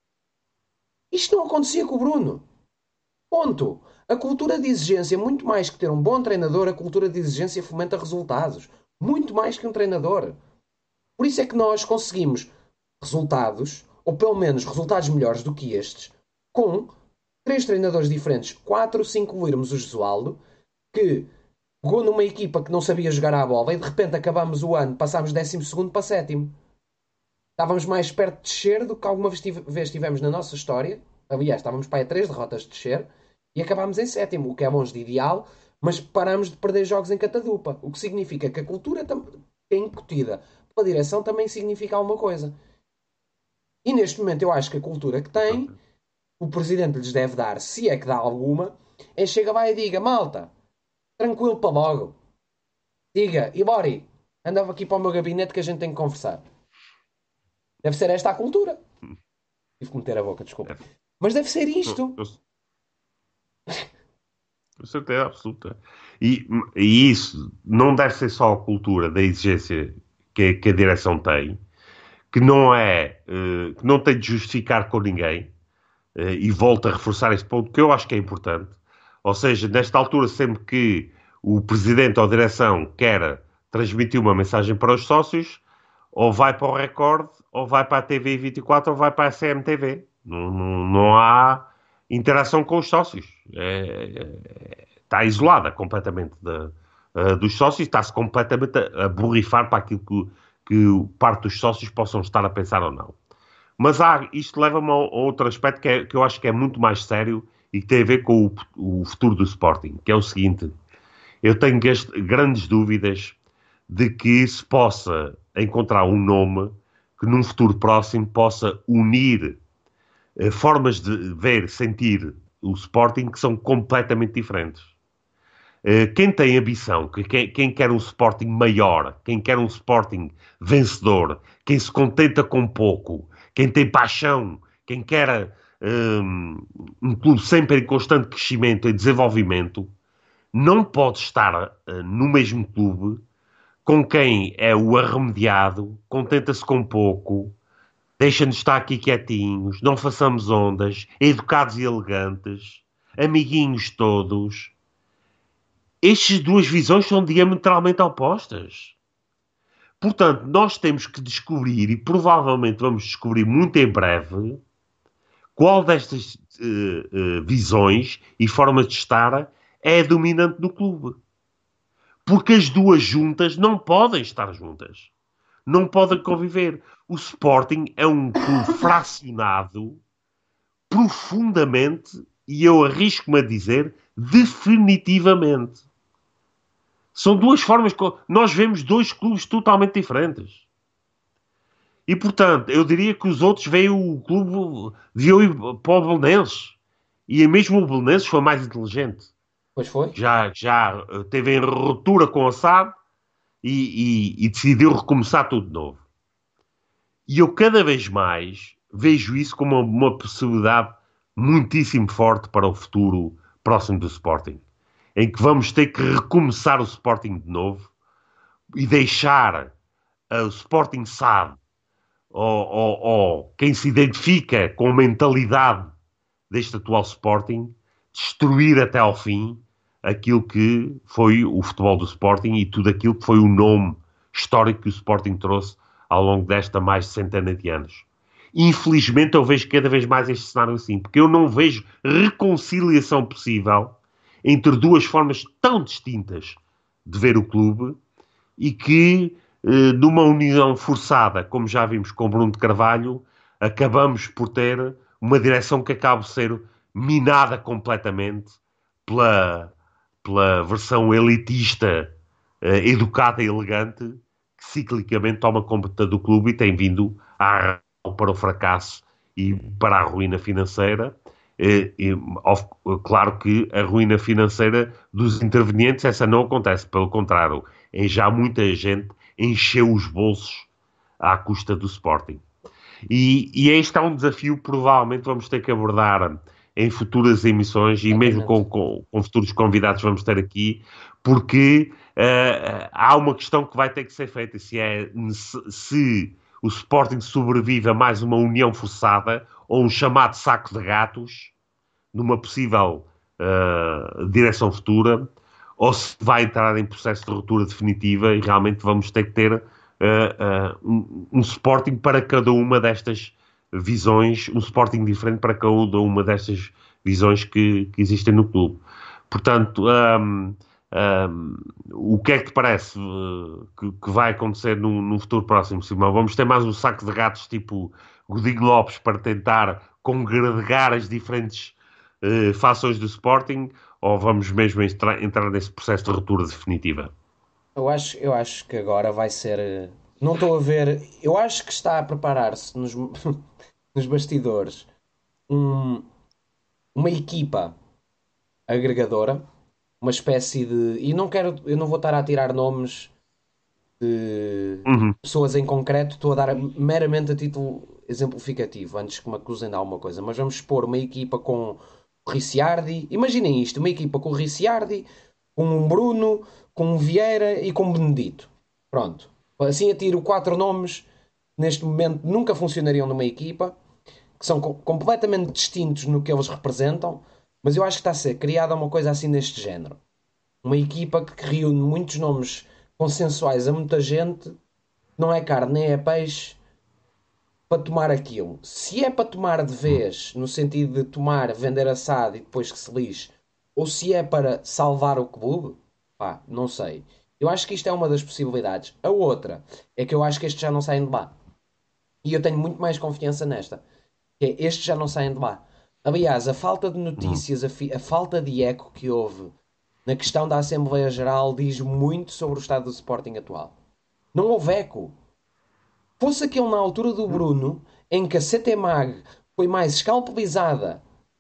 Speaker 1: Isto não acontecia com o Bruno. Ponto. A cultura de exigência, muito mais que ter um bom treinador, a cultura de exigência fomenta resultados. Muito mais que um treinador. Por isso é que nós conseguimos resultados, ou pelo menos resultados melhores do que estes, com 3 treinadores diferentes, 4, 5 incluirmos o Jesualdo, que pegou numa equipa que não sabia jogar à bola e de repente acabámos o ano, passámos 12º para 7º. Estávamos mais perto de descer do que alguma vez tivemos na nossa história. Aliás, estávamos para aí a 3 derrotas de descer e acabámos em 7º, o que é longe de ideal, mas parámos de perder jogos em catadupa. O que significa que a cultura que é incutida pela direção também significa alguma coisa. E neste momento eu acho que a cultura que tem, o presidente lhes deve dar, se é que dá alguma, é chega lá e diga, malta, tranquilo para logo. Diga, e Bori, andava aqui para o meu gabinete que a gente tem que conversar. Deve ser esta a cultura. Tive que meter a boca, desculpa.
Speaker 2: É,
Speaker 1: Mas deve ser
Speaker 2: eu,
Speaker 1: isto.
Speaker 2: eu, com certeza absoluta. E isso não deve ser só a cultura da exigência que a direção tem, que não é, que não tem de justificar com ninguém, e volto a reforçar este ponto, que eu acho que é importante. Ou seja, nesta altura, sempre que o presidente ou a direção quer transmitir uma mensagem para os sócios, ou vai para o Record, ou vai para a TV 24, ou vai para a CMTV. Não há interação com os sócios. Está isolada completamente dos sócios, está-se completamente a borrifar para aquilo que parte dos sócios possam estar a pensar ou não. Mas isto leva-me a outro aspecto que eu acho que é muito mais sério e que tem a ver com o futuro do Sporting, que é o seguinte: eu tenho grandes dúvidas de que se possa encontrar um nome que num futuro próximo possa unir formas de ver, sentir o Sporting que são completamente diferentes. Quem tem ambição, quem quer um Sporting maior, quem quer um Sporting vencedor, quem se contenta com pouco, quem tem paixão, quem quer um clube sempre em constante crescimento e desenvolvimento, não pode estar no mesmo clube com quem é o arremediado, contenta-se com pouco, deixa-nos estar aqui quietinhos, não façamos ondas, educados e elegantes, amiguinhos todos. Estas duas visões são diametralmente opostas. Portanto, nós temos que descobrir, e provavelmente vamos descobrir muito em breve, qual destas visões e formas de estar é a dominante no clube. Porque as duas juntas não podem estar juntas. Não podem conviver. O Sporting é um clube fracionado profundamente, e eu arrisco-me a dizer, definitivamente. São duas formas. Nós vemos dois clubes totalmente diferentes. E, portanto, eu diria que os outros veem o clube, viu para o Belenenses. E mesmo o Belenenses foi mais inteligente.
Speaker 1: Pois foi.
Speaker 2: Já teve em ruptura com a SAD e decidiu recomeçar tudo de novo. E eu cada vez mais vejo isso como uma possibilidade muitíssimo forte para o futuro próximo do Sporting. Em que vamos ter que recomeçar o Sporting de novo e deixar o Sporting SAD ou quem se identifica com a mentalidade deste atual Sporting destruir até ao fim aquilo que foi o futebol do Sporting e tudo aquilo que foi o nome histórico que o Sporting trouxe ao longo desta mais de centena de anos. Infelizmente eu vejo cada vez mais este cenário assim, porque eu não vejo reconciliação possível entre duas formas tão distintas de ver o clube e que, numa união forçada, como já vimos com Bruno de Carvalho, acabamos por ter uma direção que acaba por ser minada completamente pela versão elitista, educada e elegante, que ciclicamente toma conta do clube e tem vindo para o fracasso e para a ruína financeira. Claro que a ruína financeira dos intervenientes, essa não acontece, pelo contrário, já muita gente encheu os bolsos à custa do Sporting. E este é um desafio que provavelmente vamos ter que abordar em futuras emissões e mesmo com futuros convidados vamos ter aqui, porque há uma questão que vai ter que ser feita, se o Sporting sobrevive a mais uma união forçada ou um chamado saco de gatos numa possível direção futura, ou se vai entrar em processo de ruptura definitiva e realmente vamos ter que ter um Sporting para cada uma destas visões, um Sporting diferente para cada uma destas visões que existem no clube. Portanto, o que é que te parece que vai acontecer no futuro próximo, Simão? Vamos ter mais um saco de gatos tipo Godinho Lopes para tentar congregar as diferentes fações do Sporting, ou vamos mesmo entrar nesse processo de ruptura definitiva?
Speaker 1: Eu acho que agora vai ser. Não estou a ver. Eu acho que está a preparar-se nos, nos bastidores um- uma equipa agregadora, uma espécie de. E não quero. Eu não vou estar a tirar nomes de
Speaker 2: Uhum.
Speaker 1: pessoas em concreto, estou a dar meramente a título exemplificativo, antes que me acusem de alguma coisa. Mas vamos expor uma equipa com o Ricciardi. Imaginem isto: uma equipa com o Ricciardi, com um Bruno, com um Vieira e com um Benedito. Pronto. Assim atiro quatro nomes neste momento nunca funcionariam numa equipa, que são completamente distintos no que eles representam, mas eu acho que está a ser criada uma coisa assim deste género. Uma equipa que reúne muitos nomes consensuais a muita gente, não é carne nem é peixe, para tomar aquilo. Se é para tomar de vez, no sentido de tomar, vender assado e depois que se lixe, ou se é para salvar o clube, pá, não sei. Eu acho que isto é uma das possibilidades. A outra é que eu acho que estes já não saem de lá. E eu tenho muito mais confiança nesta. Que é, estes já não saem de lá. Aliás, a falta de
Speaker 2: Uhum.
Speaker 1: notícias, a falta de eco que houve na questão da Assembleia Geral diz muito sobre o estado do Sporting atual. Não houve eco. Fosse aquele na altura do Bruno, em que a CTMAG foi mais escalpelizada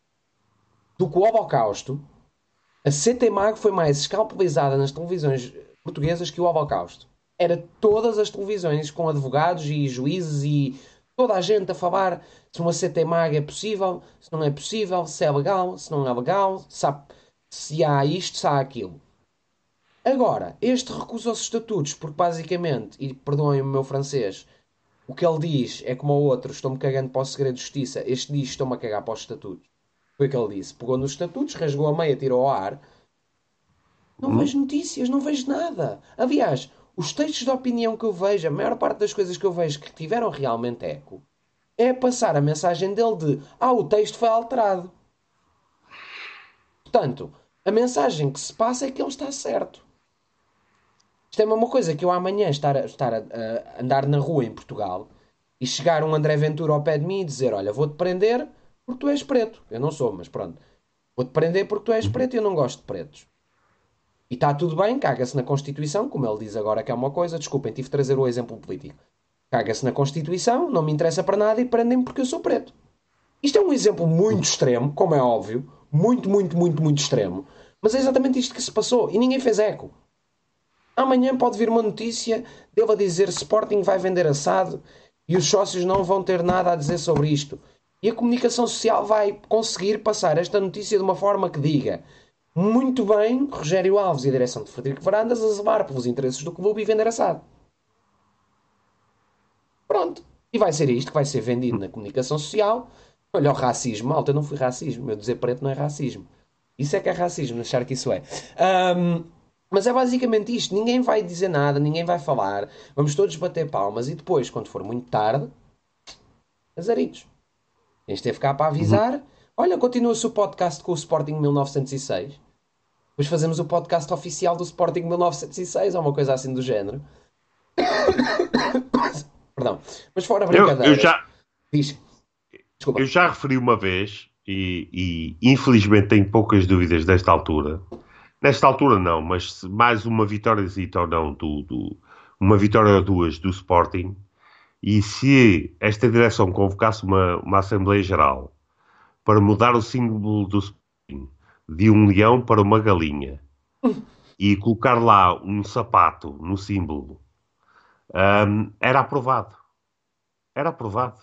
Speaker 1: do que o Holocausto, a CTMAG foi mais escalpelizada nas televisões portuguesas que o Holocausto. Era todas as televisões com advogados e juízes e toda a gente a falar se uma CTMAG é possível, se não é possível, se é legal, se não é legal, se há isto, se há aquilo. Agora, este recusou-se estatutos porque basicamente, e perdoem o meu francês, o que ele diz é como o outro, estou-me cagando para o segredo de justiça. Este diz, estou-me a cagar para os estatutos. Foi o que ele disse. Pegou nos estatutos, rasgou a meia, tirou ao ar. Não
Speaker 2: Uhum.
Speaker 1: vejo notícias, não vejo nada. Aliás, os textos de opinião que eu vejo, a maior parte das coisas que eu vejo que tiveram realmente eco, é passar a mensagem dele de o texto foi alterado. Portanto, a mensagem que se passa é que ele está certo. Isto é a mesma coisa que eu amanhã estar a andar na rua em Portugal e chegar um André Ventura ao pé de mim e dizer: Olha, vou-te prender porque tu és preto. Eu não sou, mas pronto. Vou-te prender porque tu és
Speaker 2: Uhum.
Speaker 1: preto e eu não gosto de pretos. E está tudo bem, caga-se na Constituição, como ele diz agora que é uma coisa. Desculpem, tive de trazer o exemplo político. Caga-se na Constituição, não me interessa para nada e prendem-me porque eu sou preto. Isto é um exemplo muito extremo, como é óbvio. Muito, muito, muito, muito extremo. Mas é exatamente isto que se passou e ninguém fez eco. Amanhã pode vir uma notícia dele a dizer Sporting vai vender assado e os sócios não vão ter nada a dizer sobre isto. E a comunicação social vai conseguir passar esta notícia de uma forma que diga muito bem, Rogério Alves e a direção de Frederico Varandas a zelar pelos interesses do clube e vender assado. Pronto. E vai ser isto que vai ser vendido na comunicação social. Olha o racismo. Malta, eu não fui racismo. Eu dizer preto não é racismo. Isso é que é racismo, achar que isso é. Mas é basicamente isto. Ninguém vai dizer nada, ninguém vai falar. Vamos todos bater palmas e depois, quando for muito tarde, azaritos. Tens de ter ficar para
Speaker 2: Uhum.
Speaker 1: avisar. Olha, continua-se o podcast com o Sporting 1906. Depois fazemos o podcast oficial do Sporting 1906 ou uma coisa assim do género. Perdão. Mas fora
Speaker 2: Eu
Speaker 1: brincadeiras.
Speaker 2: já,
Speaker 1: Diz.
Speaker 2: eu
Speaker 1: Desculpa.
Speaker 2: já referi uma vez, e infelizmente tenho poucas dúvidas desta altura. Nesta altura não, mas mais uma vitória ou não, uma vitória ou duas do Sporting, e se esta direção convocasse uma Assembleia Geral para mudar o símbolo do Sporting de um leão para uma galinha e colocar lá um sapato no símbolo, era aprovado. Era aprovado.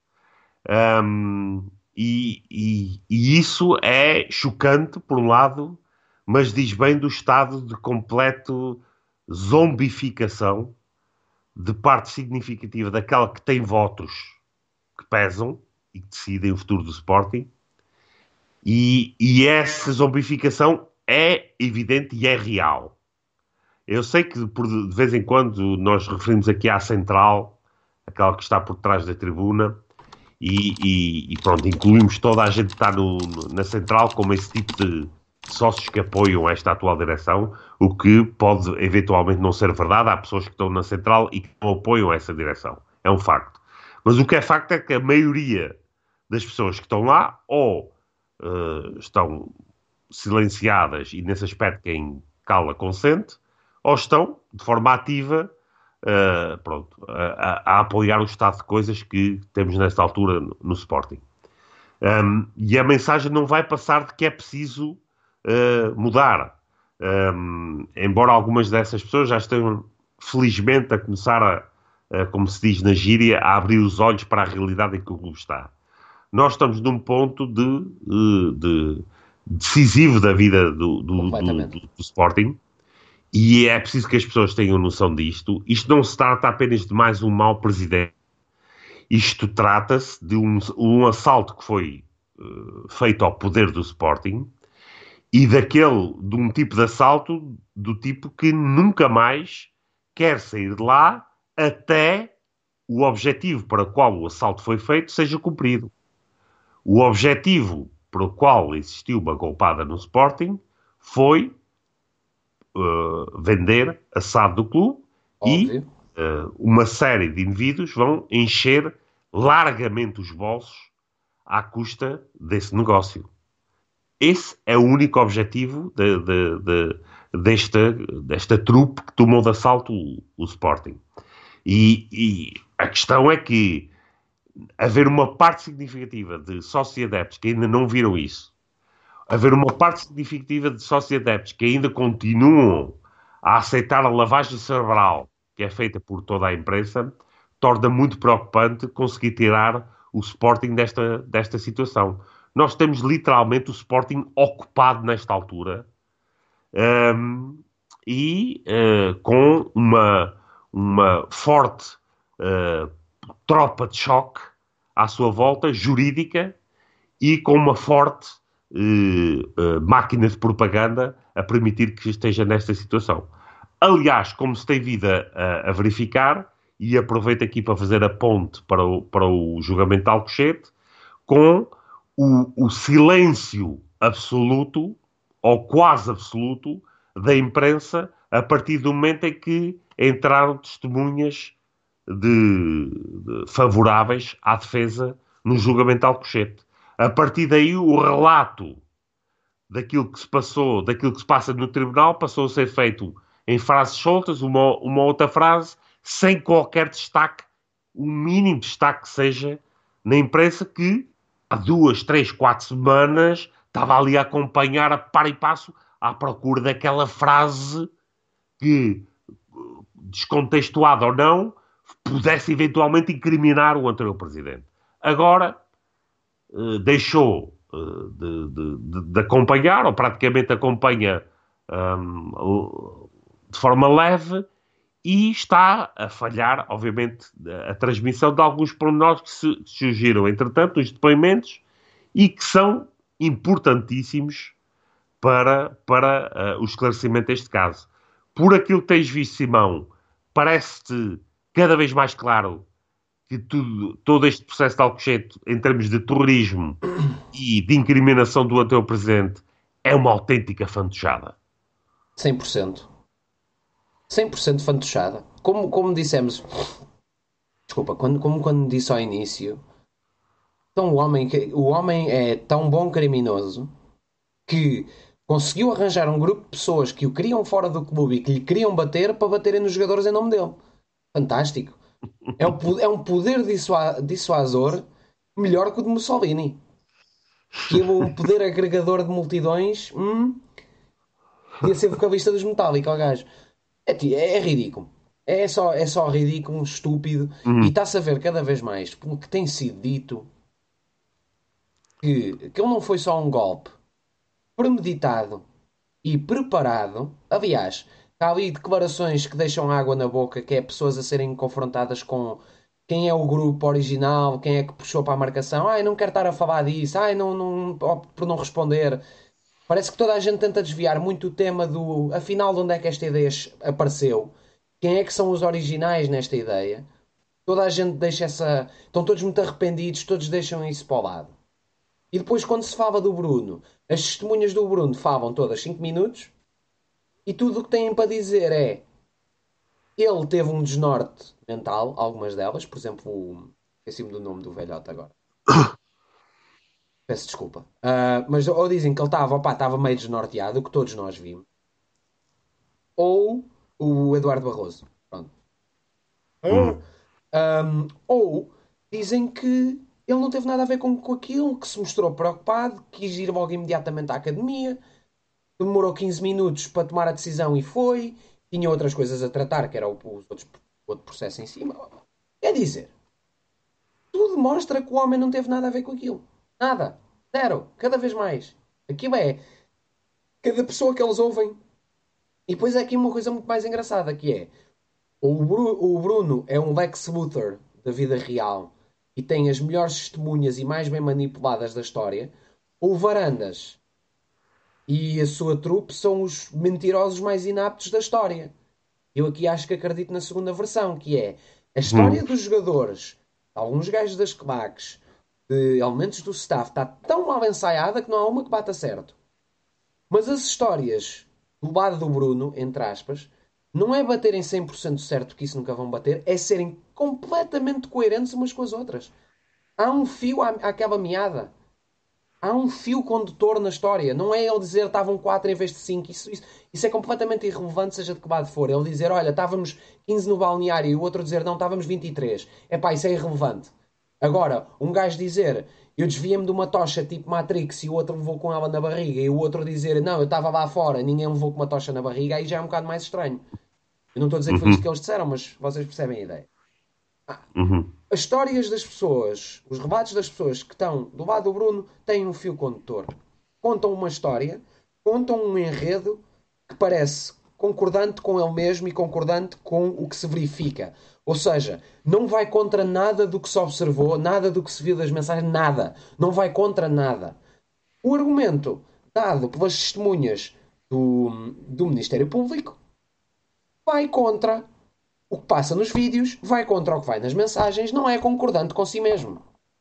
Speaker 2: E isso é chocante, por um lado, mas diz bem do estado de completo zombificação de parte significativa daquela que tem votos que pesam e que decidem o futuro do Sporting. E essa zombificação é evidente e é real. Eu sei que de vez em quando nós referimos aqui à central, aquela que está por trás da tribuna, e pronto, incluímos toda a gente que está na central como esse tipo de sócios que apoiam esta atual direção, o que pode eventualmente não ser verdade. Há pessoas que estão na central e que não apoiam essa direção. É um facto. Mas o que é facto é que a maioria das pessoas que estão lá ou estão silenciadas e nesse aspecto quem cala consente, ou estão, de forma ativa, pronto, a apoiar o estado de coisas que temos nesta altura no Sporting. E a mensagem não vai passar de que é preciso mudar. Embora algumas dessas pessoas já estejam, felizmente, a começar como se diz na gíria, a abrir os olhos para a realidade em que o clube está. Nós estamos num ponto de decisivo da vida do Sporting, e é preciso que as pessoas tenham noção disto. Isto não se trata apenas de mais um mau presidente. Isto trata-se de um assalto que foi feito ao poder do Sporting e de um tipo de assalto do tipo que nunca mais quer sair de lá até o objetivo para o qual o assalto foi feito seja cumprido. O objetivo para o qual existiu uma golpada no Sporting foi vender a SAD do clube.
Speaker 1: Óbvio.
Speaker 2: E uma série de indivíduos vão encher largamente os bolsos à custa desse negócio. Esse é o único objetivo desta trupe que tomou de assalto o Sporting. E a questão é que haver uma parte significativa de sócios-adeptos que ainda não viram isso, haver uma parte significativa de sócios-adeptos que ainda continuam a aceitar a lavagem cerebral que é feita por toda a imprensa, torna muito preocupante conseguir tirar o Sporting desta situação. Nós temos literalmente o Sporting ocupado nesta altura, com uma forte tropa de choque à sua volta, jurídica, e com uma forte máquina de propaganda a permitir que esteja nesta situação. Aliás, como se tem vindo a verificar, e aproveito aqui para fazer a ponte para o julgamento de Alcochete, com o silêncio absoluto, ou quase absoluto, da imprensa a partir do momento em que entraram testemunhas favoráveis à defesa no julgamento de Alcochete. A partir daí, o relato daquilo que se passou, daquilo que se passa no tribunal, passou a ser feito em frases soltas, uma outra frase, sem qualquer destaque, o mínimo destaque que seja, na imprensa, que há 2, 3, 4 semanas estava ali a acompanhar a par e passo à procura daquela frase que, descontextuada ou não, pudesse eventualmente incriminar o anterior presidente. Agora, deixou de acompanhar, ou praticamente acompanha de forma leve, e está a falhar, obviamente, a transmissão de alguns pormenores que surgiram, entretanto, nos depoimentos, e que são importantíssimos para o esclarecimento deste caso. Por aquilo que tens visto, Simão, parece-te cada vez mais claro que todo este processo de Alcochete, em termos de terrorismo e de incriminação do atual presidente, é uma autêntica fantochada.
Speaker 1: 100%. 100% fantochada. Como dissemos, desculpa, quando disse ao início, então o homem é tão bom criminoso que conseguiu arranjar um grupo de pessoas que o queriam fora do clube e que lhe queriam bater para baterem nos jogadores em nome dele. Fantástico. É um poder dissuasor melhor que o de Mussolini. Que é um poder agregador de multidões. Podia ser vocalista dos Metallica, o gajo. É ridículo. É só ridículo, estúpido. E
Speaker 2: Uhum.
Speaker 1: está-se a ver cada vez mais, pelo que tem sido dito, que ele não foi só um golpe premeditado e preparado. Aliás, há ali declarações que deixam água na boca, que é pessoas a serem confrontadas com quem é o grupo original, quem é que puxou para a marcação. Ai, não quero estar a falar disso. Ai, não, por não responder. Parece que toda a gente tenta desviar muito o tema do afinal de onde é que esta ideia apareceu. Quem é que são os originais nesta ideia? Toda a gente deixa essa. Estão todos muito arrependidos, todos deixam isso para o lado. E depois, quando se fala do Bruno, as testemunhas do Bruno falam todas 5 minutos e tudo o que têm para dizer é ele teve um desnorte mental, algumas delas, por exemplo, esqueci-me do nome do velhote agora. Peço desculpa. Mas ou dizem que ele estava meio desnorteado, o que todos nós vimos. Ou O Eduardo Barroso. Pronto.
Speaker 2: Hum.
Speaker 1: Ou dizem que ele não teve nada a ver com aquilo, que se mostrou preocupado, quis ir logo imediatamente à academia, demorou 15 minutos para tomar a decisão e foi, tinha outras coisas a tratar, que era o outro processo em cima. Quer dizer, tudo mostra que o homem não teve nada a ver com aquilo. Nada. Zero. Cada vez mais. Aquilo é cada pessoa que eles ouvem. E depois é aqui uma coisa muito mais engraçada, que é o Bruno é um Lex Luthor da vida real e tem as melhores testemunhas e mais bem manipuladas da história. O Varandas e a sua trupe são os mentirosos mais inaptos da história. Eu aqui acho que acredito na segunda versão, que é a
Speaker 2: Hum.
Speaker 1: história dos jogadores, alguns gajos das claques, de elementos do staff, está tão mal ensaiada que não há uma que bata certo. Mas as histórias do lado do Bruno, entre aspas, não é baterem 100% certo, que isso nunca vão bater, é serem completamente coerentes umas com as outras. Há um fio àquela meada. Há um fio condutor na história. Não é ele dizer estavam 4 em vez de 5. Isso é completamente irrelevante, seja de que lado for. Ele dizer, olha, estávamos 15 no balneário e o outro dizer, não, estávamos 23. É pá, isso é irrelevante. Agora, um gajo dizer, eu desviei-me de uma tocha tipo Matrix e o outro levou com ela na barriga e o outro dizer, não, eu estava lá fora, ninguém levou com uma tocha na barriga, aí já é um bocado mais estranho. Eu não estou a dizer que foi isto que
Speaker 2: Uhum.
Speaker 1: eles disseram, mas vocês percebem a ideia.
Speaker 2: Uhum.
Speaker 1: As histórias das pessoas, os relatos das pessoas que estão do lado do Bruno têm um fio condutor. Contam uma história, contam um enredo que parece concordante com ele mesmo e concordante com o que se verifica. Ou seja, não vai contra nada do que se observou, nada do que se viu das mensagens, nada. Não vai contra nada. O argumento dado pelas testemunhas do Ministério Público vai contra o que passa nos vídeos, vai contra o que vai nas mensagens, não é concordante com si mesmo.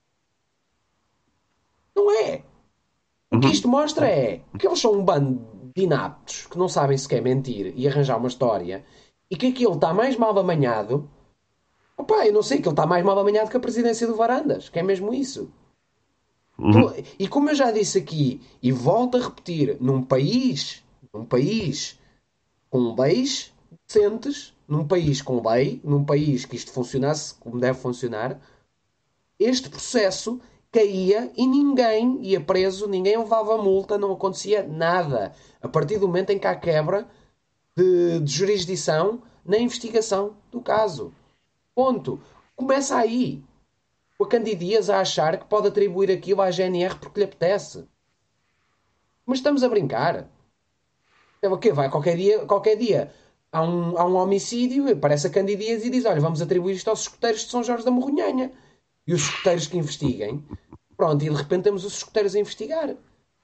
Speaker 1: Não é. O que isto
Speaker 2: Uhum.
Speaker 1: mostra é que eles são um bando de inaptos que não sabem sequer mentir e arranjar uma história e que aquilo está mais mal amanhado. Opa, eu não sei, que ele está mais mal amanhado que a presidência do Varandas, que é mesmo isso.
Speaker 2: Uhum.
Speaker 1: E como eu já disse aqui, e volto a repetir, num país com leis decentes, num país com lei, num país que isto funcionasse como deve funcionar, este processo caía e ninguém ia preso, ninguém levava multa, não acontecia nada. A partir do momento em que há quebra de jurisdição na investigação do caso. Ponto. Começa aí. O Candidias a achar que pode atribuir aquilo à GNR porque lhe apetece. Mas estamos a brincar. É o quê? Vai qualquer dia há um homicídio, aparece a Candidias e diz: olha, vamos atribuir isto aos escuteiros de São Jorge da Morronhanha. E os escuteiros que investiguem. Pronto, e de repente temos os escuteiros a investigar.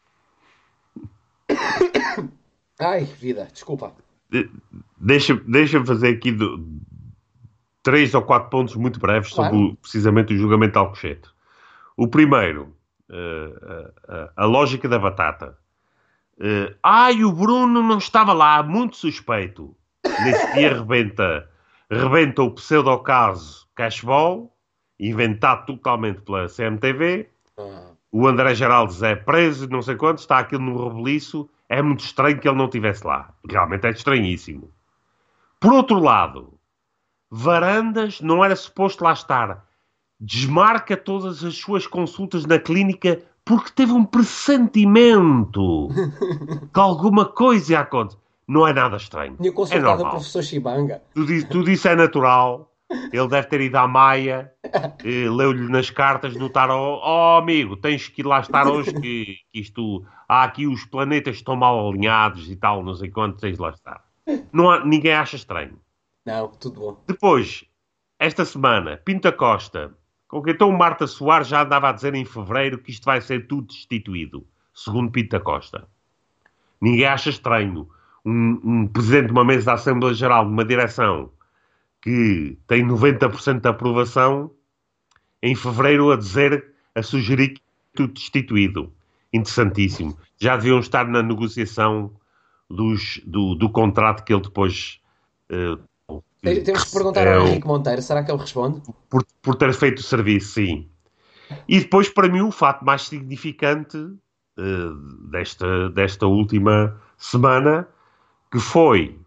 Speaker 1: Ai, vida, desculpa.
Speaker 2: De- Deixa-me fazer aqui três ou quatro pontos muito breves sobre
Speaker 1: Claro.
Speaker 2: precisamente o julgamento de Alcochete. O primeiro, a lógica da batata. O Bruno não estava lá, muito suspeito. Nesse dia rebenta o pseudo-caso Cashball, inventado totalmente pela CMTV.
Speaker 1: Ah,
Speaker 2: O André Geraldes é preso, não sei quanto, está aquilo no rebuliço. É muito estranho que ele não estivesse lá. Realmente é estranhíssimo. Por outro lado, Varandas não era suposto lá estar. Desmarca todas as suas consultas na clínica porque teve um pressentimento que alguma coisa ia acontecer. Não é nada estranho.
Speaker 1: tinha
Speaker 2: É
Speaker 1: consultado o
Speaker 2: normal.
Speaker 1: professor Chibanga.
Speaker 2: Tudo isso é natural. Ele deve ter ido à Maia, leu-lhe nas cartas, notar, amigo, tens que ir lá estar hoje, que isto, há aqui os planetas que estão mal alinhados e tal, não sei quanto, tens de lá estar. Ninguém acha estranho.
Speaker 1: Não, tudo bom.
Speaker 2: Depois, esta semana, Pinta Costa, com que então Marta Soares já andava a dizer em fevereiro que isto vai ser tudo destituído, segundo Pinta Costa. Ninguém acha estranho um presidente de uma mesa da Assembleia Geral de uma direção que tem 90% de aprovação em fevereiro a sugerir que tudo destituído. Interessantíssimo. Já deviam estar na negociação do contrato que ele depois
Speaker 1: Temos que perguntar ao
Speaker 2: recebeu
Speaker 1: Henrique Monteiro, será que ele responde?
Speaker 2: por ter feito o serviço, sim. E depois, para mim, o fato mais significante desta última semana, que foi,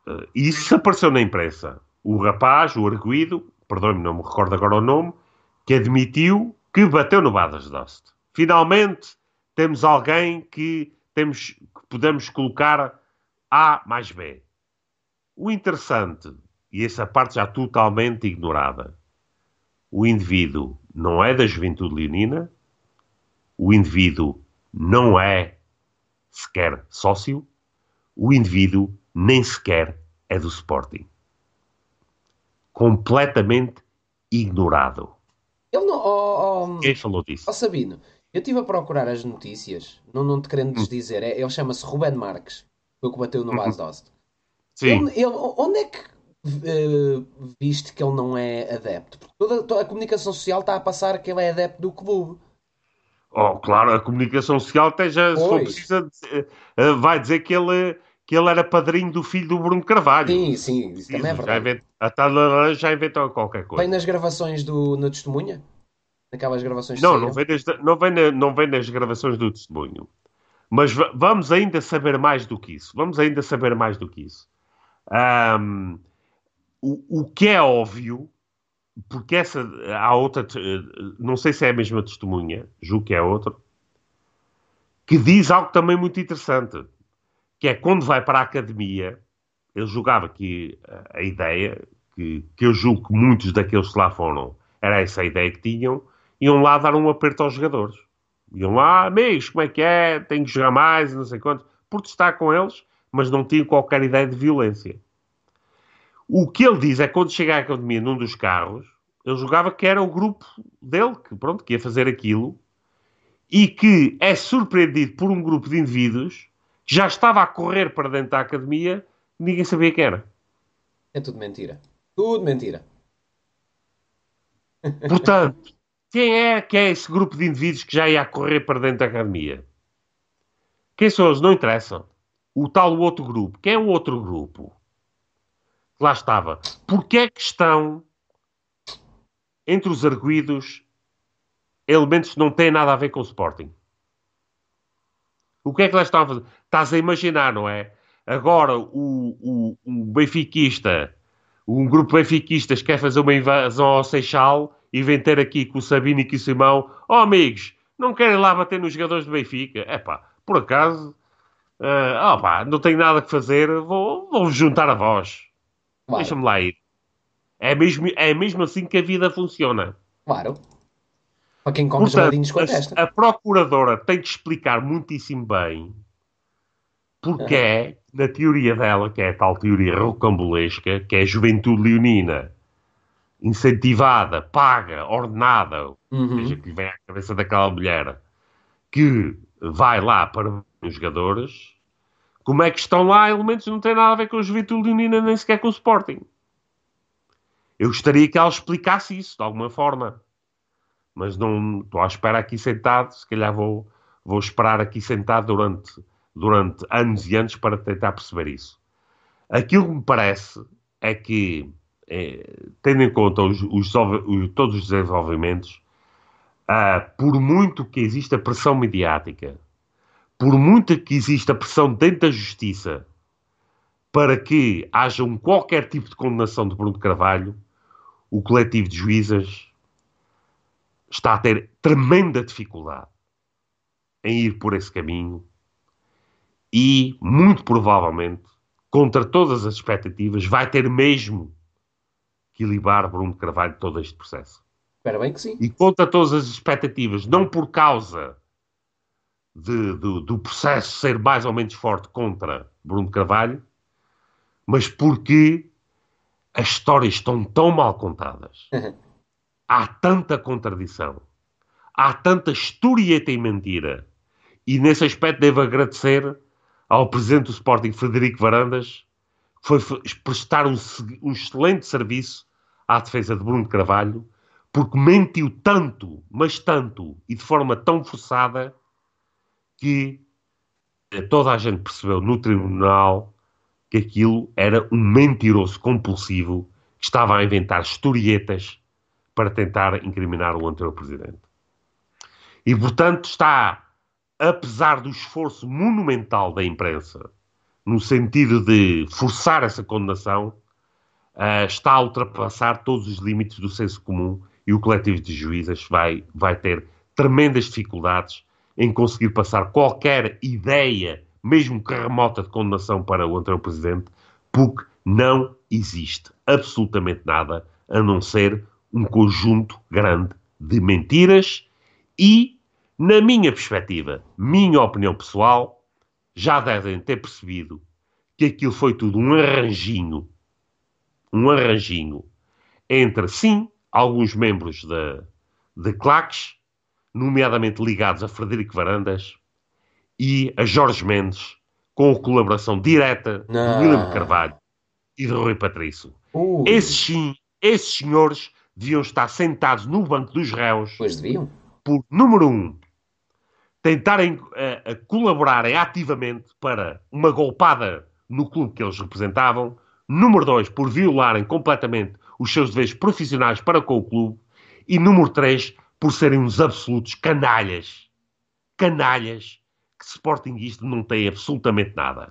Speaker 2: E isso apareceu na imprensa. O rapaz, o arguido, perdoe-me, não me recordo agora o nome, que admitiu que bateu no Badas Dost. Finalmente temos alguém que podemos colocar A mais B. O interessante, e essa parte já totalmente ignorada, o indivíduo não é da Juventude Leonina, o indivíduo não é sequer sócio, o indivíduo nem sequer é do Sporting. Completamente ignorado.
Speaker 1: Ele não.
Speaker 2: Quem falou disso?
Speaker 1: Sabino, eu estive a procurar as notícias, não te querendo
Speaker 2: Hum,
Speaker 1: desdizer, ele chama-se Ruben Marques, foi o que bateu no Bas
Speaker 2: uhum.
Speaker 1: Dost.
Speaker 2: Sim.
Speaker 1: Onde é que viste que ele não é adepto? Porque toda a comunicação social está a passar que ele é adepto do clube.
Speaker 2: Oh, claro, a comunicação social até já, se for
Speaker 1: Pois,
Speaker 2: preciso, vai dizer que ele era padrinho do filho do Bruno Carvalho.
Speaker 1: sim,
Speaker 2: Se
Speaker 1: sim, isso também é
Speaker 2: preciso,
Speaker 1: verdade.
Speaker 2: a tal laranja já inventou qualquer
Speaker 1: Vem
Speaker 2: coisa.
Speaker 1: nas gravações na testemunha? Naquelas gravações que
Speaker 2: Não,
Speaker 1: saíram?
Speaker 2: não vem nas gravações do testemunho. Mas vamos ainda saber mais do que isso. Vamos ainda saber mais do que isso. Ahm, o que é óbvio, porque há outra, não sei se é a mesma testemunha, julgo que é outra, que diz algo também muito interessante, que é quando vai para a academia, ele julgava que a ideia, que eu julgo que muitos daqueles que lá foram, era essa a ideia que tinham, iam lá dar um aperto aos jogadores. Iam lá, amigos, como é que é? Tenho que jogar mais, não sei quantos, protestar com eles, mas não tinham qualquer ideia de violência. O que ele diz é que quando chega à academia num dos carros, ele julgava que era o grupo dele, que pronto, que ia fazer aquilo, e que é surpreendido por um grupo de indivíduos que já estava a correr para dentro da academia e ninguém sabia quem era.
Speaker 1: É tudo mentira. Tudo mentira.
Speaker 2: Portanto, quem é que é esse grupo de indivíduos que já ia a correr para dentro da academia? Quem são eles? Não interessam. O tal outro grupo. Quem é o outro grupo? Lá estava. Porque é que estão entre os arguidos elementos que não têm nada a ver com o Sporting? O que é que lá estão a fazer? Estás a imaginar, não é? Agora o benfiquista, um grupo de benfiquistas quer fazer uma invasão ao Seixal e vem ter aqui com o Sabino e com o Simão. Oh, amigos, não querem lá bater nos jogadores do Benfica? É pá, por acaso, pá, não tenho nada que fazer, vou juntar a vós.
Speaker 1: Claro,
Speaker 2: Deixa-me lá ir. É mesmo assim que a vida funciona.
Speaker 1: claro. Para quem come
Speaker 2: Portanto,
Speaker 1: geladinhos com a testa.
Speaker 2: a procuradora tem que explicar muitíssimo bem porque
Speaker 1: Aham.
Speaker 2: é, na teoria dela, que é a tal teoria rocambolesca, que é a juventude leonina, incentivada, paga, ordenada, ou seja,
Speaker 1: Uhum.
Speaker 2: que lhe vem à cabeça daquela mulher, que vai lá para os jogadores, como é que estão lá elementos que não têm nada a ver com a juventude leonina, nem sequer com o Sporting. Eu gostaria que ela explicasse isso, de alguma forma. Mas não estou à espera aqui sentado, se calhar vou esperar aqui sentado durante anos e anos para tentar perceber isso. Aquilo que me parece é que, tendo em conta todos os desenvolvimentos, por muito que exista pressão mediática, por muito que exista pressão dentro da justiça para que haja qualquer tipo de condenação de Bruno de Carvalho, o coletivo de juízes está a ter tremenda dificuldade em ir por esse caminho e, muito provavelmente, contra todas as expectativas, vai ter mesmo que libar Bruno de Carvalho de todo este processo.
Speaker 1: Espero bem que sim.
Speaker 2: E contra todas as expectativas, não por causa do processo ser mais ou menos forte contra Bruno de Carvalho, mas porque as histórias estão tão mal contadas, há tanta contradição, há tanta historieta e mentira, e nesse aspecto devo agradecer ao presidente do Sporting, Frederico Varandas, que foi prestar um excelente serviço à defesa de Bruno de Carvalho, porque mentiu tanto, mas tanto, e de forma tão forçada, que toda a gente percebeu no tribunal que aquilo era um mentiroso compulsivo que estava a inventar historietas para tentar incriminar o anterior presidente. E, portanto, está, apesar do esforço monumental da imprensa no sentido de forçar essa condenação, está a ultrapassar todos os limites do senso comum e o coletivo de juízes vai ter tremendas dificuldades em conseguir passar qualquer ideia, mesmo que remota, de condenação para o anterior presidente, porque não existe absolutamente nada a não ser um conjunto grande de mentiras e, na minha perspectiva, minha opinião pessoal, já devem ter percebido que aquilo foi tudo um arranjinho entre, sim, alguns membros de claques, nomeadamente ligados a Frederico Varandas e a Jorge Mendes, com a colaboração direta de William Carvalho
Speaker 1: Não.
Speaker 2: e de Rui Patrício.
Speaker 1: Ui.
Speaker 2: Esses senhores deviam estar sentados no banco dos réus
Speaker 1: Pois deviam.
Speaker 2: por, número um, tentarem colaborarem ativamente para uma golpada no clube que eles representavam. Número dois, por violarem completamente os seus deveres profissionais para com o clube. E número três, por serem uns absolutos canalhas. Canalhas que Sportingista não tem absolutamente nada.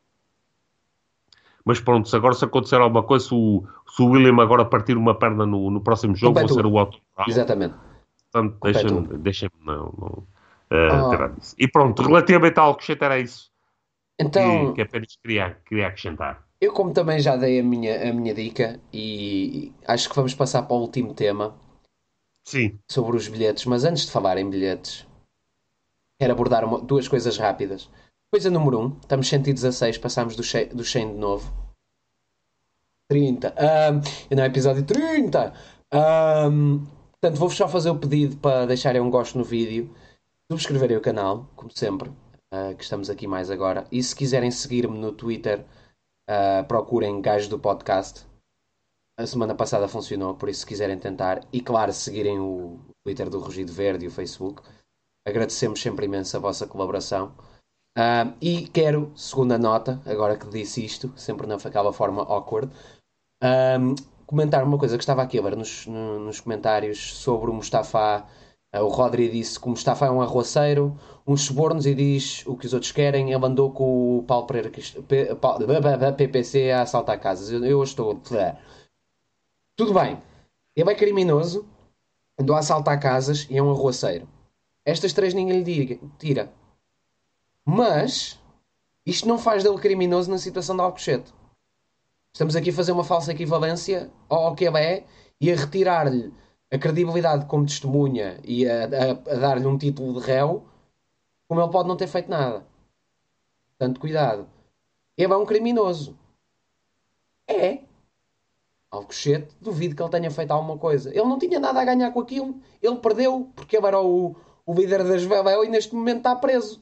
Speaker 2: Mas pronto, agora se acontecer alguma coisa, se o William agora partir uma perna no próximo jogo,
Speaker 1: Culpa é
Speaker 2: vou ser o
Speaker 1: tua.
Speaker 2: autor.
Speaker 1: Exatamente.
Speaker 2: Portanto,
Speaker 1: Culpa é tua.
Speaker 2: deixem-me não
Speaker 1: Oh,
Speaker 2: tirar isso. E pronto, relativamente ao Alcochete era isso que
Speaker 1: então,
Speaker 2: apenas queria acrescentar.
Speaker 1: eu como também já dei a minha dica e acho que vamos passar para o último tema
Speaker 2: Sim,
Speaker 1: sobre os bilhetes, mas antes de falar em bilhetes, quero abordar duas coisas rápidas. Coisa número um, estamos 116, passámos do 100 de novo. 30. E não é episódio 30. Portanto, vou-vos só fazer o pedido para deixarem um gosto no vídeo, subscreverem o canal, como sempre, que estamos aqui mais agora. E se quiserem seguir-me no Twitter, procurem Gajo do Podcast. A semana passada funcionou, por isso se quiserem tentar. E claro, seguirem o Twitter do Rugido Verde e o Facebook. Agradecemos sempre imenso a vossa colaboração. E quero, segunda nota, agora que disse isto, sempre naquela forma awkward, um, comentar uma coisa que estava aqui a ver nos comentários sobre o Mustafa. O Rodri disse que o Mustafa é um arruaceiro, uns subornos e diz o que os outros querem. Ele andou com o Paulo Pereira PPC a assaltar casas. Eu estou. Tudo bem, ele é criminoso, andou a assaltar casas e é um arruaceiro. Estas três ninguém lhe tira. Mas isto não faz dele criminoso na situação de Alcochete. Estamos aqui a fazer uma falsa equivalência ao que ele é e a retirar-lhe a credibilidade como testemunha e a dar-lhe um título de réu, como ele pode não ter feito nada. Portanto, cuidado. Ele é um criminoso. É. Alcochete, duvido que ele tenha feito alguma coisa. Ele não tinha nada a ganhar com aquilo. Ele perdeu porque ele era o líder das Veléu e neste momento está preso.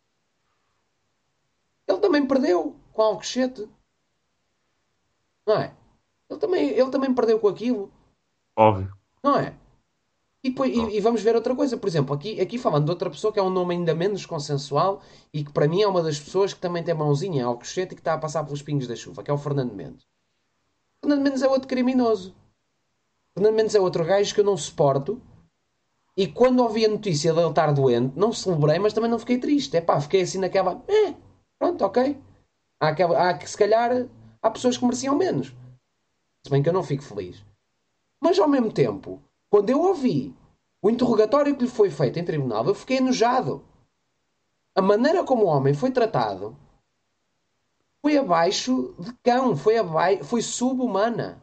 Speaker 1: Ele também perdeu com Alcochete. Não é? Ele também perdeu com aquilo.
Speaker 2: óbvio.
Speaker 1: Não é? E, depois,
Speaker 2: Óbvio.
Speaker 1: e vamos ver outra coisa, por exemplo, aqui falando de outra pessoa que é um nome ainda menos consensual e que para mim é uma das pessoas que também tem mãozinha em Alcochete e que está a passar pelos pingos da chuva, que é o Fernando Mendes. O Fernando Mendes é outro criminoso. O Fernando Mendes é outro gajo que eu não suporto e quando ouvi a notícia dele estar doente, não celebrei, mas também não fiquei triste. É pá, fiquei assim naquela. Pronto, ok. Há que se calhar há pessoas que mereciam menos. Se bem que eu não fico feliz. Mas ao mesmo tempo, quando eu ouvi o interrogatório que lhe foi feito em tribunal, eu fiquei enojado. A maneira como o homem foi tratado foi abaixo de cão, foi sub-humana.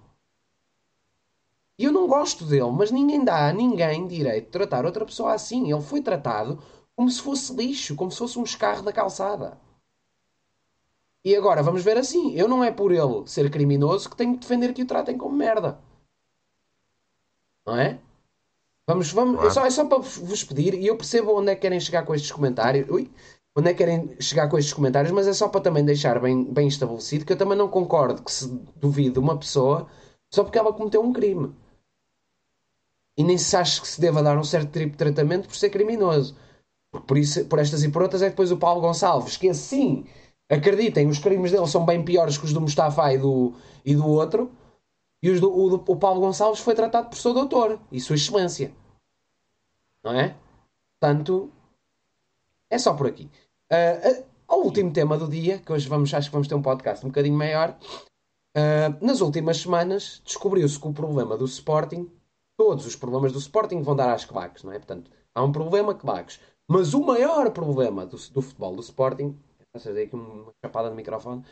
Speaker 1: E eu não gosto dele, mas ninguém dá a ninguém direito de tratar outra pessoa assim. Ele foi tratado como se fosse lixo, como se fosse um escarro da calçada. E agora vamos ver assim: eu não é por ele ser criminoso que tenho que defender que o tratem como merda. Não é?
Speaker 2: Claro.
Speaker 1: É só para vos pedir, e eu percebo onde é que querem chegar com estes comentários. Ui, onde é que querem chegar com estes comentários, mas é só para também deixar bem estabelecido que eu também não concordo que se duvide uma pessoa só porque ela cometeu um crime. E nem se acha que se deva dar um certo tipo de tratamento por ser criminoso. Por isso, por estas e por outras, é depois o Paulo Gonçalves, que assim, acreditem, os crimes dele são bem piores que os do Mustafa e do outro. E o Paulo Gonçalves foi tratado por seu doutor e sua excelência. Não é? Portanto, é só por aqui. ao último tema do dia, que hoje acho que vamos ter um podcast um bocadinho maior. Nas últimas semanas descobriu-se que o problema do Sporting, todos os problemas do Sporting vão dar às claques, não é? Portanto, há um problema, claques. Mas o maior problema do futebol do Sporting, deixa eu aqui uma chapada de microfone,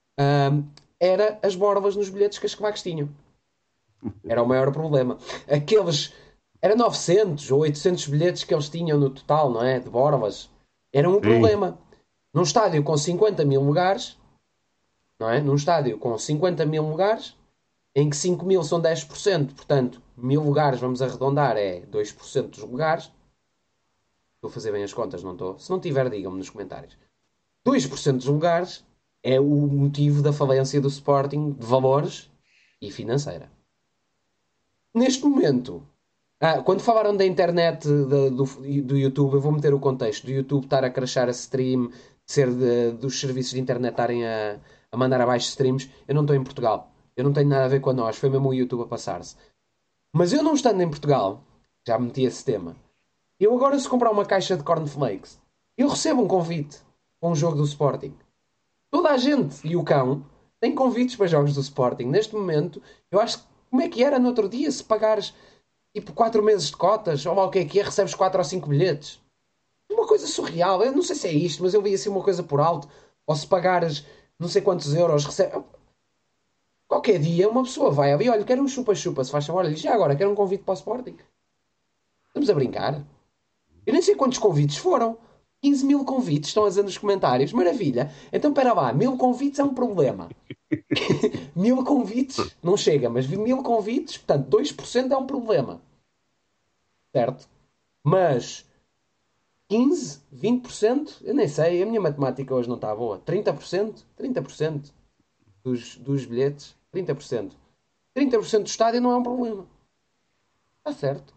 Speaker 1: era as borlas nos bilhetes que as claques tinham. Era o maior problema. Aqueles, era 900 ou 800 bilhetes que eles tinham no total, não é? De borlas. Era um
Speaker 2: Sim.
Speaker 1: problema. Num estádio com 50 mil lugares, não é? Num estádio com 50 mil lugares, em que 5 mil são 10%, portanto, 1000 lugares, vamos arredondar, é 2% dos lugares. Estou a fazer bem as contas, não estou? Se não tiver, digam-me nos comentários. 2% dos lugares é o motivo da falência do Sporting de valores e financeira. Neste momento, quando falaram da internet do YouTube, eu vou meter o contexto do YouTube estar a crashar a stream, dos serviços de internet estarem a mandar abaixo streams. Eu não estou em Portugal. Eu não tenho nada a ver com a nós. Foi mesmo o YouTube a passar-se. Mas eu não estando em Portugal, já meti esse tema. Eu agora, se comprar uma caixa de cornflakes, eu recebo um convite para um jogo do Sporting. Toda a gente e o cão tem convites para jogos do Sporting. Neste momento, eu acho que como é que era no outro dia se pagares tipo 4 meses de cotas, ou lá o que é, recebes 4 ou 5 bilhetes. Uma coisa surreal. Eu não sei se é isto, mas eu vi assim uma coisa por alto. Ou se pagares não sei quantos euros, recebes. Qualquer dia uma pessoa vai ali, olha, quero um chupa-chupa, se faz favor, olha, já agora, quero um convite para o Sporting. Estamos a brincar. Eu nem sei quantos convites foram. 15 mil convites, estão a dizer nos comentários. Maravilha. Então, espera lá, 1000 convites é um problema. 1000 convites não chega, mas 1000 convites, portanto, 2% é um problema. Certo? Mas 15, 20%, eu nem sei, a minha matemática hoje não está boa. 30%? 30% dos bilhetes, 30%. 30% do estádio não é um problema. Está certo.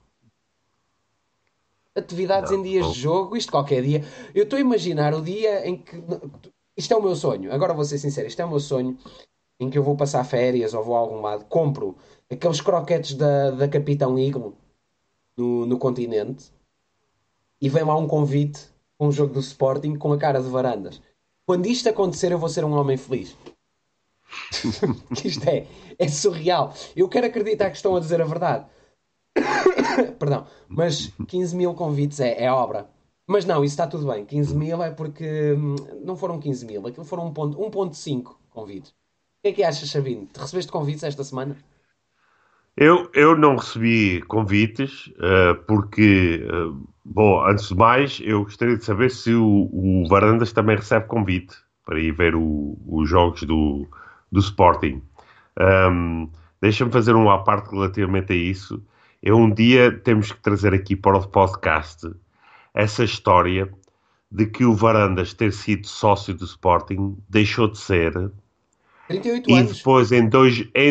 Speaker 1: Atividades em
Speaker 2: Não,
Speaker 1: dias
Speaker 2: não.
Speaker 1: de jogo, isto qualquer dia. Eu estou a imaginar o dia em que. Isto é o meu sonho. Agora vou ser sincero, isto é o meu sonho em que eu vou passar férias ou vou a algum lado, compro aqueles croquetes da Capitão Eagle no continente e vem lá um convite com um jogo do Sporting com a cara de Varandas. Quando isto acontecer, eu vou ser um homem feliz. Que isto é surreal. Eu quero acreditar que estão a dizer a verdade. Perdão. Mas 15 mil convites é obra. Mas não, isso está tudo bem. 15 mil é porque não foram 15 mil. Aquilo foram 1.5 convites. O que é que achas, Sabino? Te recebeste convites esta semana?
Speaker 2: Eu não recebi convites, porque, bom, antes de mais, eu gostaria de saber se o Varandas também recebe convite para ir ver os jogos do Sporting. Um, Deixa-me fazer um à parte relativamente a isso. Um dia temos que trazer aqui para o podcast essa história de que o Varandas ter sido sócio do Sporting deixou de ser
Speaker 1: 38
Speaker 2: e
Speaker 1: anos.
Speaker 2: depois em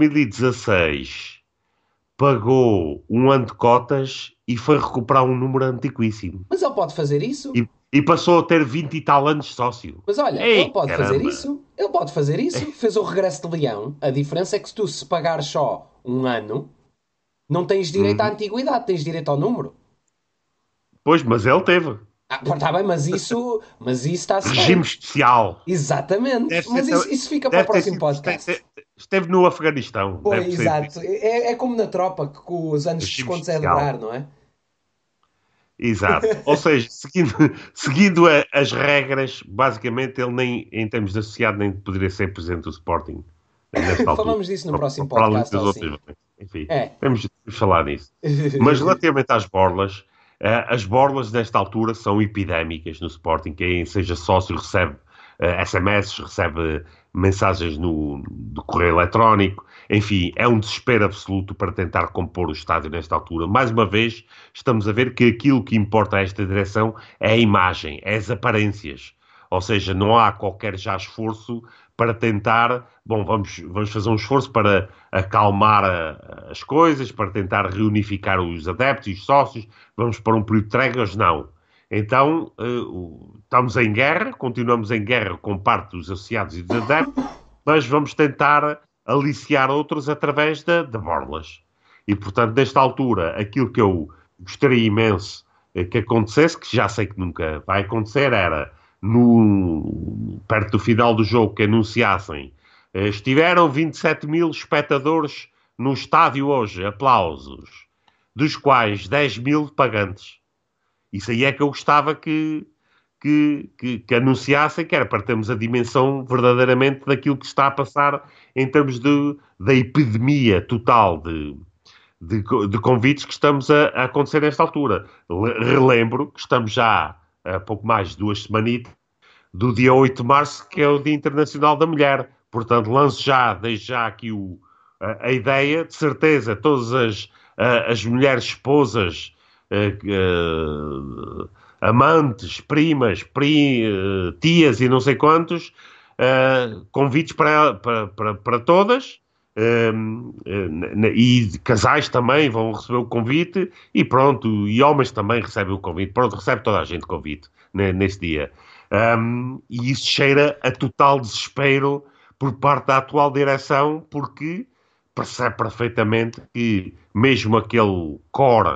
Speaker 2: 2016 pagou um ano de cotas e foi recuperar um número antiquíssimo.
Speaker 1: Mas ele pode fazer isso?
Speaker 2: E passou a ter 20 e tal anos de sócio.
Speaker 1: Mas olha, ele
Speaker 2: Ei,
Speaker 1: pode fazer
Speaker 2: caramba!
Speaker 1: isso. Ele pode fazer isso. Fez o regresso de Leão. A diferença é que se tu se pagares só um ano, não tens direito à
Speaker 2: Uhum.
Speaker 1: antiguidade, tens direito ao número.
Speaker 2: Pois, mas ele teve.
Speaker 1: Está bem, mas isso está-se
Speaker 2: Regime
Speaker 1: bem.
Speaker 2: especial.
Speaker 1: Exatamente.
Speaker 2: Deve ser,
Speaker 1: Mas isso fica para o
Speaker 2: deve ter
Speaker 1: próximo
Speaker 2: sido,
Speaker 1: podcast.
Speaker 2: esteve no Afeganistão.
Speaker 1: Pois,
Speaker 2: Deve ser
Speaker 1: exato. É como na tropa, que com os anos de
Speaker 2: regime
Speaker 1: descontos é a
Speaker 2: especial.
Speaker 1: dobrar, não é?
Speaker 2: Exato. Ou seja, seguindo as regras, basicamente ele nem, em termos de associado, nem poderia ser presidente do Sporting nesta altura.
Speaker 1: Falamos disso no próximo
Speaker 2: Para além
Speaker 1: podcast,
Speaker 2: das
Speaker 1: ou assim.
Speaker 2: outras. Enfim,
Speaker 1: É.
Speaker 2: vamos falar nisso. Mas relativamente às borlas, as borlas nesta altura são epidémicas no Sporting. Quem seja sócio recebe SMS, recebe mensagens do correio eletrónico. Enfim, é um desespero absoluto para tentar compor o estádio nesta altura. Mais uma vez, estamos a ver que aquilo que importa a esta direção é a imagem, é as aparências. Ou seja, não há qualquer já esforço para tentar, bom, vamos fazer um esforço para acalmar as coisas, para tentar reunificar os adeptos e os sócios, vamos para um período de tréguas, não. Então, estamos em guerra, continuamos em guerra com parte dos associados e dos adeptos, mas vamos tentar aliciar outros através de borlas. E, portanto, nesta altura, aquilo que eu gostaria imenso que acontecesse, que já sei que nunca vai acontecer, era perto do final do jogo, que anunciassem: estiveram 27 mil espectadores no estádio hoje, aplausos, dos quais 10 mil pagantes. Isso aí é que eu gostava que anunciassem, que era para termos a dimensão verdadeiramente daquilo que está a passar em termos da epidemia total de convites que estamos a acontecer nesta altura. Relembro que estamos já a pouco mais de 2 semanitas do dia 8 de março, que é o Dia Internacional da Mulher. Portanto, lanço já, desde já aqui a ideia, de certeza, todas as mulheres esposas, amantes, primas, tias e não sei quantos, convites para todas, e casais também vão receber o convite, e pronto, e homens também recebem o convite, pronto, recebe toda a gente o convite nesse dia. E isso cheira a total desespero por parte da atual direção, porque percebe perfeitamente que mesmo aquele core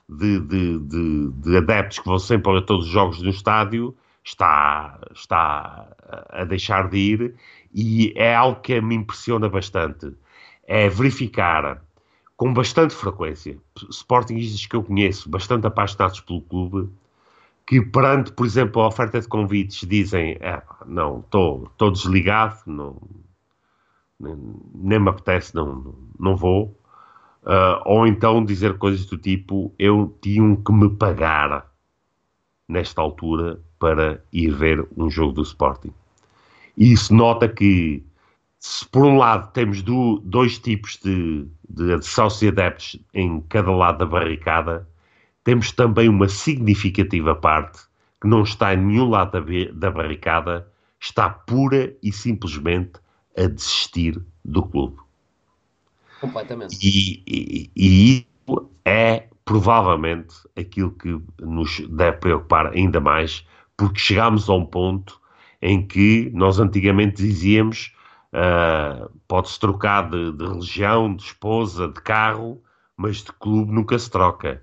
Speaker 2: de adeptos que vão sempre a todos os jogos do estádio está a deixar de ir, e é algo que me impressiona bastante. É verificar com bastante frequência sportingistas que eu conheço, bastante apaixonados pelo clube, que perante, por exemplo, a oferta de convites dizem: não, estou desligado, não, nem me apetece, não vou. Ou então dizer coisas do tipo: eu tinha que me pagar nesta altura para ir ver um jogo do Sporting. E isso nota que, se por um lado temos dois tipos de sócio-adeptos em cada lado da barricada, temos também uma significativa parte que não está em nenhum lado da barricada, está pura e simplesmente a desistir do clube.
Speaker 1: Completamente.
Speaker 2: E isso é provavelmente aquilo que nos deve preocupar ainda mais, porque chegámos a um ponto em que nós antigamente dizíamos: pode-se trocar de religião, de esposa, de carro, mas de clube nunca se troca.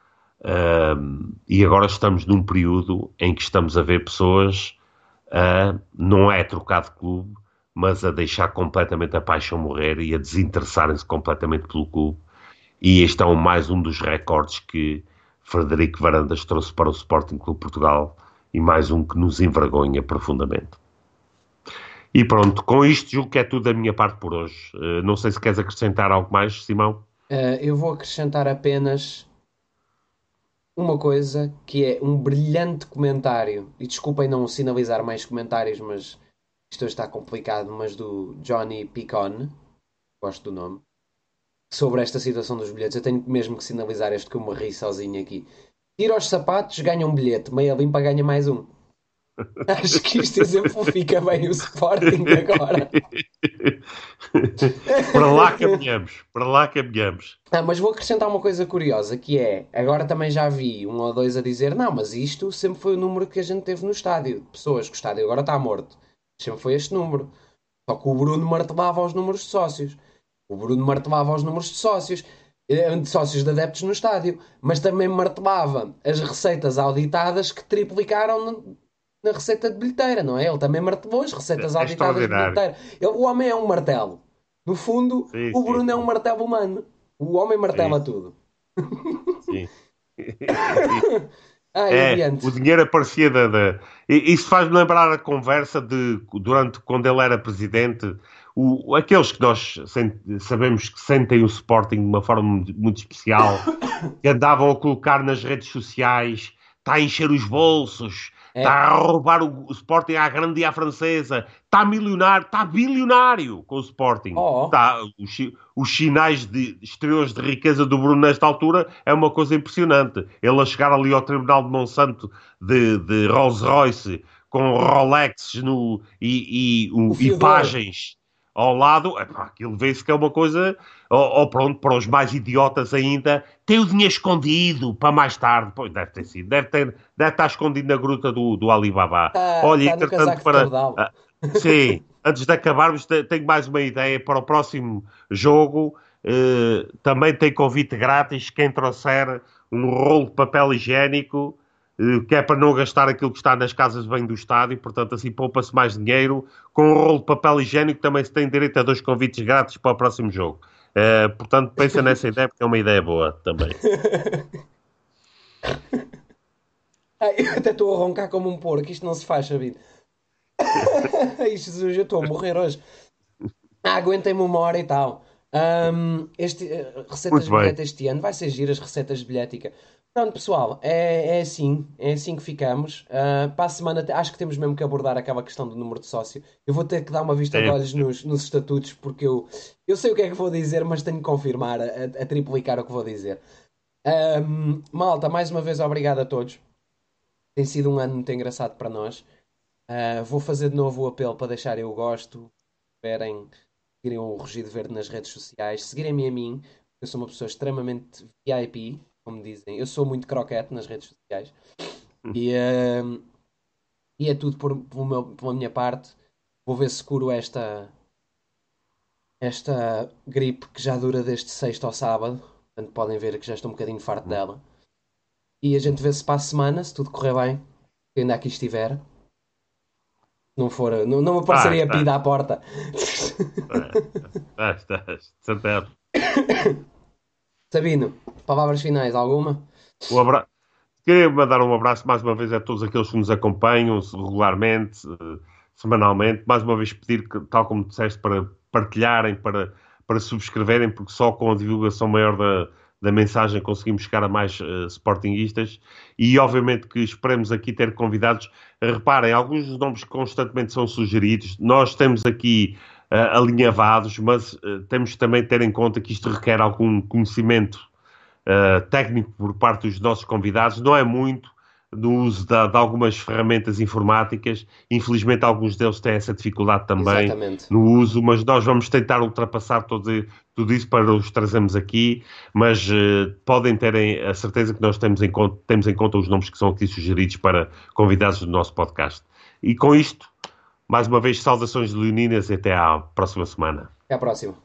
Speaker 2: E agora estamos num período em que estamos a ver pessoas não é trocar de clube, mas a deixar completamente a paixão morrer e a desinteressarem-se completamente pelo clube. E este é mais um dos recordes que Frederico Varandas trouxe para o Sporting Clube Portugal, e mais um que nos envergonha profundamente. E pronto, com isto julgo que é tudo da minha parte por hoje. Não sei se queres acrescentar algo mais, Simão.
Speaker 1: Eu vou acrescentar apenas uma coisa, que é um brilhante comentário, e desculpem não sinalizar mais comentários, mas isto hoje está complicado, mas do Johnny Picon, gosto do nome, sobre esta situação dos bilhetes. Eu tenho mesmo que sinalizar este, que eu me ri sozinho aqui. Tira os sapatos, ganha um bilhete, meia limpa ganha mais um. Acho que isto exemplifica bem o Sporting agora.
Speaker 2: Para lá caminhamos, para lá caminhamos.
Speaker 1: Mas vou acrescentar uma coisa curiosa, que é, agora também já vi um ou dois a dizer: não, mas isto sempre foi o número que a gente teve no estádio, de pessoas, que o estádio agora está morto. Sempre foi este número. Só que o Bruno martelava os números de sócios. O Bruno martelava os números de sócios de adeptos no estádio, mas também martelava as receitas auditadas que triplicaram na receita de bilheteira, não é? Ele também martelou as receitas
Speaker 2: É
Speaker 1: auditadas de
Speaker 2: extraordinário.
Speaker 1: bilheteira. O homem é um martelo. No fundo,
Speaker 2: Sim,
Speaker 1: o
Speaker 2: sim,
Speaker 1: Bruno é um
Speaker 2: sim.
Speaker 1: martelo humano. O homem
Speaker 2: Sim,
Speaker 1: martela tudo.
Speaker 2: sim.
Speaker 1: Ai, adiante.
Speaker 2: O dinheiro aparecia Isso faz-me lembrar a conversa durante quando ele era presidente. Aqueles que nós sabemos que sentem o Sporting de uma forma muito especial, que andavam a colocar nas redes sociais: está a encher os bolsos, está
Speaker 1: É.
Speaker 2: a roubar o Sporting à grande e à francesa, está milionário, está bilionário com o Sporting.
Speaker 1: Oh,
Speaker 2: Tá, os sinais de exteriores de riqueza do Bruno nesta altura é uma coisa impressionante. Ele a chegar ali ao Tribunal de Monsanto de Rolls Royce com Rolex
Speaker 1: o
Speaker 2: e
Speaker 1: fio de ouro.
Speaker 2: pagens ao lado, epá, aquilo vê-se que é uma coisa. Ou pronto, para os mais idiotas ainda, tem o dinheiro escondido para mais tarde. Pois deve ter sido, deve estar escondido na gruta do Alibaba. Olha,
Speaker 1: Tá no
Speaker 2: entretanto,
Speaker 1: casaco de cabedal.
Speaker 2: sim, antes de acabarmos, tenho mais uma ideia para o próximo jogo. Também tem convite grátis. Quem trouxer um rolo de papel higiênico, que é para não gastar aquilo que está nas casas de banho do estádio, portanto assim poupa-se mais dinheiro. Com um rolo de papel higiênico também se tem direito a 2 convites grátis para o próximo jogo. Portanto, pensa nessa ideia, porque é uma ideia boa também.
Speaker 1: Ai, eu até estou a roncar como um porco, isto não se faz, sabido. Ai, Jesus, eu estou a morrer hoje. Aguentem-me uma hora e tal. Receitas
Speaker 2: Muito
Speaker 1: de
Speaker 2: bem.
Speaker 1: bilhete este ano, vai ser giro as receitas de bilhética. Pronto, pessoal, é assim que ficamos. Para a semana, acho que temos mesmo que abordar aquela questão do número de sócio. Eu vou ter que dar uma vista de
Speaker 2: Temos.
Speaker 1: olhos nos estatutos, porque eu sei o que é que vou dizer, mas tenho que confirmar, a triplicar o que vou dizer. Malta, mais uma vez, obrigado a todos. Tem sido um ano muito engraçado para nós. Vou fazer de novo o apelo para deixarem o gosto, esperem, seguirem o Rugido Verde nas redes sociais, seguirem-me a mim, eu sou uma pessoa extremamente VIP, como dizem. Eu sou muito croquete nas redes sociais. E, uh, e é tudo pela minha parte. Vou ver se curo esta gripe que já dura desde sexta ao sábado. Portanto, podem ver que já estou um bocadinho farto dela. E a gente vê se para a semana, se tudo correr bem, que ainda aqui estiver. Não for, não me apareceria
Speaker 2: Está.
Speaker 1: pida à porta.
Speaker 2: Está. Santério.
Speaker 1: Sabino, palavras finais, alguma?
Speaker 2: Um abra... Queria mandar um abraço mais uma vez a todos aqueles que nos acompanham regularmente, semanalmente. Mais uma vez pedir, que, tal como disseste, para partilharem, para subscreverem, porque só com a divulgação maior da mensagem conseguimos chegar a mais sportinguistas. E obviamente que esperemos aqui ter convidados. Reparem, alguns dos nomes que constantemente são sugeridos, nós temos aqui alinhavados, mas temos também de ter em conta que isto requer algum conhecimento técnico por parte dos nossos convidados, não é muito no uso de algumas ferramentas informáticas. Infelizmente, alguns deles têm essa dificuldade também
Speaker 1: Exatamente.
Speaker 2: no uso, mas nós vamos tentar ultrapassar tudo isso para os trazermos aqui. Mas podem ter a certeza que nós temos em conta os nomes que são aqui sugeridos para convidados do nosso podcast. E com isto, mais uma vez, saudações leoninas e até à próxima semana.
Speaker 1: Até à próxima.